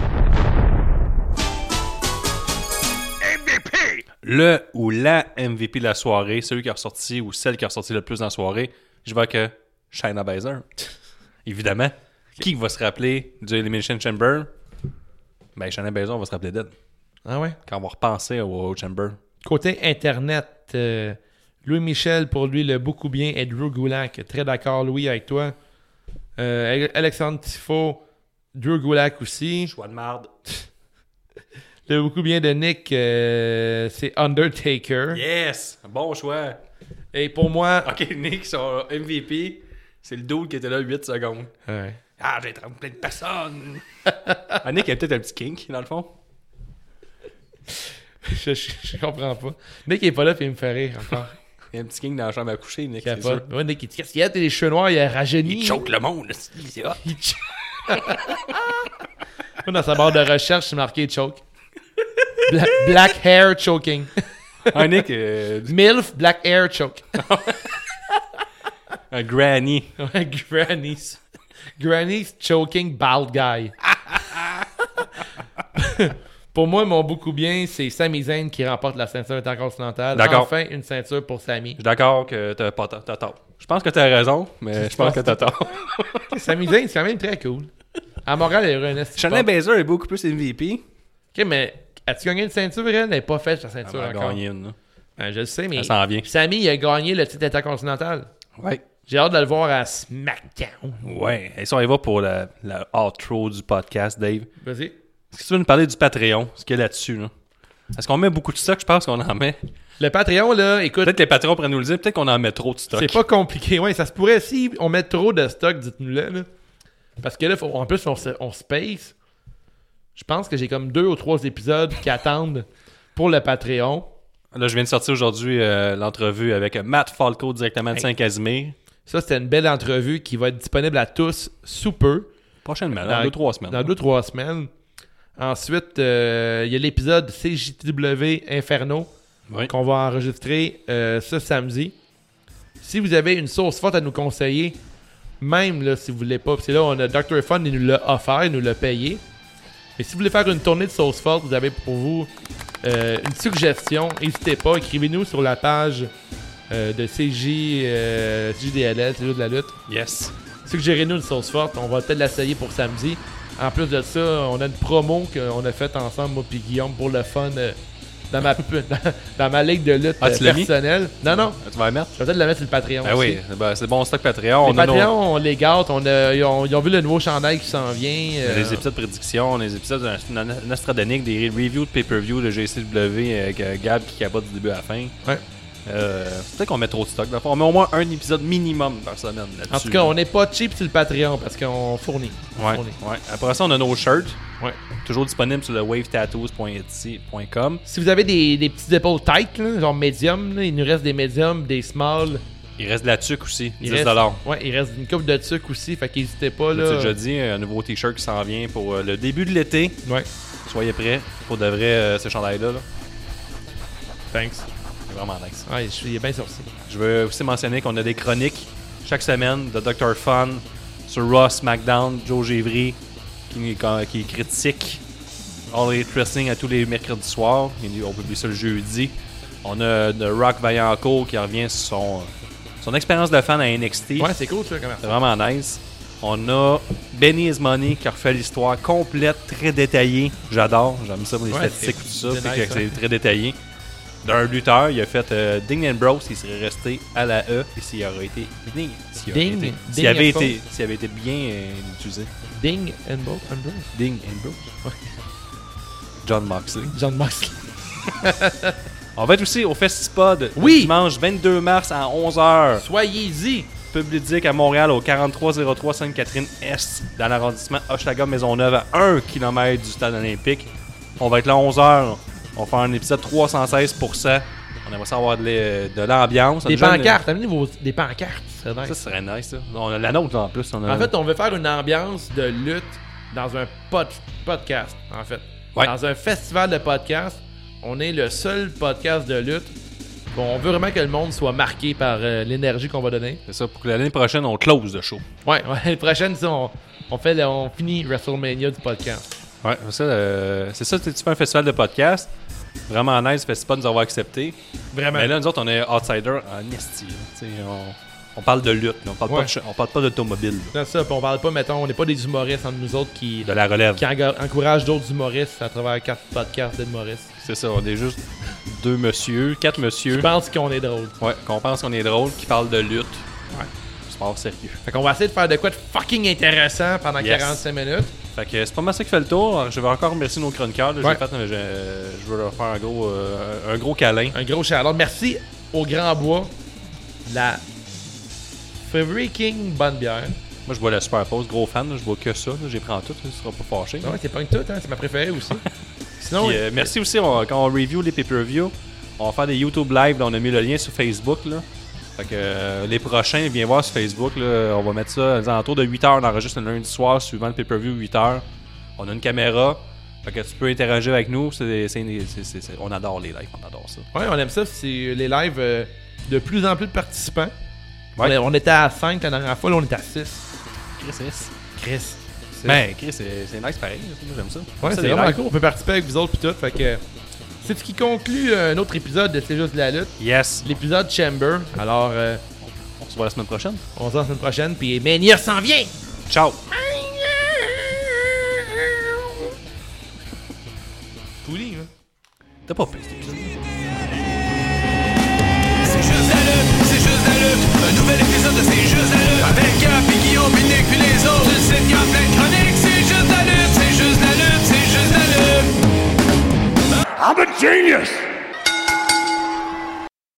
MVP! Le ou la MVP de la soirée, celui qui a ressorti ou celle qui a ressorti le plus dans la soirée, je vois que Shayna Baszler. Évidemment. Qui va se rappeler du Elimination Chamber? Ben, Shayna Baszler, on va se rappeler d'elle. Ah ouais? Quand on va repenser au Chamber. Côté Internet, Louis-Michel, pour lui, le beaucoup bien. Et Drew Gulak, très d'accord, Louis, avec toi. Alexandre Tifo, Drew Gulak aussi. Choix de marde. Le beaucoup bien de Nick, c'est Undertaker. Yes! Bon choix. Et pour moi... OK, Nick, son MVP, c'est le dude qui était là 8 secondes. Ouais. Ah, j'ai trompé plein de personnes. Nick a peut-être un petit kink, dans le fond. Je comprends pas. Nick il est pas là puis il me fait rire encore. Il y a un petit kink dans la chambre à coucher, Nick, c'est Capote. sûr. Ouais, Nick il dit qu'est-ce qu'il y a, t'as les cheveux noirs, il a rajeuni. Il choke le monde, c'est hot. Moi, dans sa barre de recherche, c'est marqué choke. Black hair choking. Un Nick, MILF, black hair choke. un granny. Ouais, Granny's choking bald guy. Pour moi, mon beaucoup bien, c'est Sami Zayn qui remporte la ceinture intercontinentale. D'accord. Enfin, une ceinture pour Sami. Je suis d'accord que t'as tort. Je pense que t'as raison, mais je pense que t'as tort. Sami Zayn, c'est quand même très cool. À Montréal, il y a eu un esti. Shayna Baszler est beaucoup plus MVP. Ok, mais as-tu gagné une ceinture, elle? Elle n'est pas faite, sa ceinture Elle a encore. gagné une. Là. Ben, je le sais, mais Elle s'en vient. Sami, il a gagné le titre intercontinental. Ouais. J'ai hâte de le voir à SmackDown. Ouais. Et ça, on y va pour la outro du podcast, Dave. Vas-y. Est-ce que tu veux nous parler du Patreon? Ce qu'il y a là-dessus, là? Est-ce qu'on met beaucoup de stock? Je pense qu'on en met. Le Patreon, là, écoute, Peut-être les Patreons pourraient nous le dire. Peut-être qu'on en met trop de stock. c'est pas compliqué. Ouais, ça se pourrait. Si on met trop de stock, dites-nous-le. Là. Parce que là, en plus, on space. Je pense que j'ai comme 2 ou 3 épisodes qui attendent pour le Patreon. Là, je viens de sortir aujourd'hui l'entrevue avec Matt Falco directement de Saint-Casimir. Ça, c'était une belle entrevue qui va être disponible à tous sous peu. Prochainement, dans 2-3 semaines. Dans 2-3 semaines. Ensuite, il y a l'épisode CJW Inferno qu'on va enregistrer ce samedi. Si vous avez une sauce forte à nous conseiller, même là, si vous voulez pas, parce que là, on a Dr. Fun, il nous l'a offert, il nous l'a payé. Mais si vous voulez faire une tournée de sauce forte, vous avez pour vous une suggestion. N'hésitez pas, écrivez-nous sur la page de CJDLL, c'est de la lutte. Yes. Suggérez-nous une sauce forte, on va peut-être l'essayer pour samedi. En plus de ça, on a une promo qu'on a faite ensemble, moi et Guillaume, pour le fun dans ma ligue de lutte personnelle. Non. Tu vas la mettre? Je vais peut-être la mettre sur le Patreon Ben aussi. oui, c'est bon stock Patreon. Les Patreons, on les gâte. Ils ont vu le nouveau chandail qui s'en vient. Les épisodes de prédiction, les épisodes nostradoniques, des reviews de pay-per-view de GCW avec Gab qui capote du début à la fin. Ouais. Peut-être qu'on met trop de stock. On met au moins un épisode minimum par semaine là-dessus. En tout cas, on n'est pas cheap sur le Patreon parce qu'on fournit. Ouais. Après ça, on a nos shirts. Ouais. Toujours disponibles sur le wavetattoos.etsy.com. Si vous avez des petits épaules tight, là, genre médium, il nous reste des médiums, des small. Il reste de la tuque aussi, $10. Ouais, il reste une coupe de tuque aussi, fait qu'hésitez pas. Là, tu l'as déjà dit, un nouveau t-shirt qui s'en vient pour le début de l'été. Ouais. Soyez prêts pour de vrai ce chandail-là. Là. Thanks. C'est vraiment nice. Ouais, il est bien sorti. Je veux aussi mentionner qu'on a des chroniques chaque semaine de Dr. Fun sur Raw, SmackDown, Joe Givry qui critique All Elite Wrestling à tous les mercredis soirs. On publie ça le jeudi. On a The Rock Vaillancourt qui revient sur son expérience de fan à NXT. Ouais, c'est cool ça quand même. C'est vraiment nice. On a Benny Is Money qui refait l'histoire complète, très détaillée. J'adore, j'aime ça pour les statistiques et tout ça. C'est très détaillé. D'un lutteur, il a fait Ding and Bros, il serait resté à la E et s'il aurait été s'il avait été bien utilisé. Ding and Bros. Ding and Bros. Ouais. John Moxley. On va être aussi au Festipod dimanche 22 mars à 11h. Soyez-y. Pub ludique à Montréal au 4303 Sainte-Catherine-Est dans l'arrondissement Hochelaga-Maisonneuve à 1 km du stade olympique. On va être là à 11h. On va faire un épisode 316%. On aimerait ça avoir de l'ambiance. Des pancartes. Amenez des pancartes. Ça serait nice. Ça. On a la nôtre là, en plus. En fait, on veut faire une ambiance de lutte dans un podcast. En fait. Ouais. Dans un festival de podcast. On est le seul podcast de lutte. On veut vraiment que le monde soit marqué par l'énergie qu'on va donner. C'est ça, pour que l'année prochaine, on close le show. Ouais, l'année prochaine, on finit WrestleMania du podcast. Ouais, c'est ça, tu fais un festival de podcast. Vraiment nice, festival de nous avoir accepté. Vraiment. Mais là, nous autres, on est outsider en esti. On parle de lutte, là. On parle pas d'automobile. C'est ça, puis on parle pas, mettons, on n'est pas des humoristes entre nous autres qui... De la relève. Qui encouragent d'autres humoristes à travers 4 podcasts d'humoristes. C'est ça, on est juste 4 messieurs. Qui pensent qu'on est drôle. Ouais, qu'on pense qu'on est drôle, qui parlent de lutte. Ouais. Sport sérieux. Fait qu'on va essayer de faire de quoi de fucking intéressant pendant 45 minutes. Fait que c'est pas mal ça qui fait le tour. Alors, je vais encore remercier nos chroniqueurs. Là, je veux leur faire un gros câlin. Un gros shout-out. Merci au Grand Bois. La freaking bonne bière. Moi, je bois la Super Pause. Gros fan. Là, je bois que ça. Là, j'ai pris en tout. Tu seras pas fâché. Ouais, c'est pas une toute. Hein, c'est ma préférée aussi. Sinon, puis, merci aussi. Quand on review les pay-per-view, on va faire des YouTube live. Là, on a mis le lien sur Facebook. Là. Fait que les prochains, viens voir sur Facebook. Là, on va mettre ça aux alentours de 8h. On enregistre le lundi soir suivant le pay-per-view 8h. On a une caméra. Fait que tu peux interagir avec nous. On adore les lives. On adore ça. Ouais, on aime ça. C'est les lives de plus en plus de participants. Ouais. On était à 5 la dernière fois. Là, on est à 6. Chris. Ben, Chris, c'est nice pareil. Moi, j'aime ça. Ouais, c'est vraiment cool. On peut participer avec vous autres puis tout. Fait que c'est ce qui conclut un autre épisode de C'est juste de la lutte. Yes. L'épisode Chamber. Alors, on se voit la semaine prochaine. On se voit la semaine prochaine. Puis Mania s'en vient. Ciao. Pouli, hein? T'as pas fait cet épisode. C'est juste la lutte, c'est juste la lutte. Un nouvel épisode de C'est juste la lutte. Avec Gap et Guillaume, Nick puis les autres. Le site Gap, plein de chroniques. C'est juste la lutte, c'est juste la lutte, c'est juste la lutte. I'm a genius!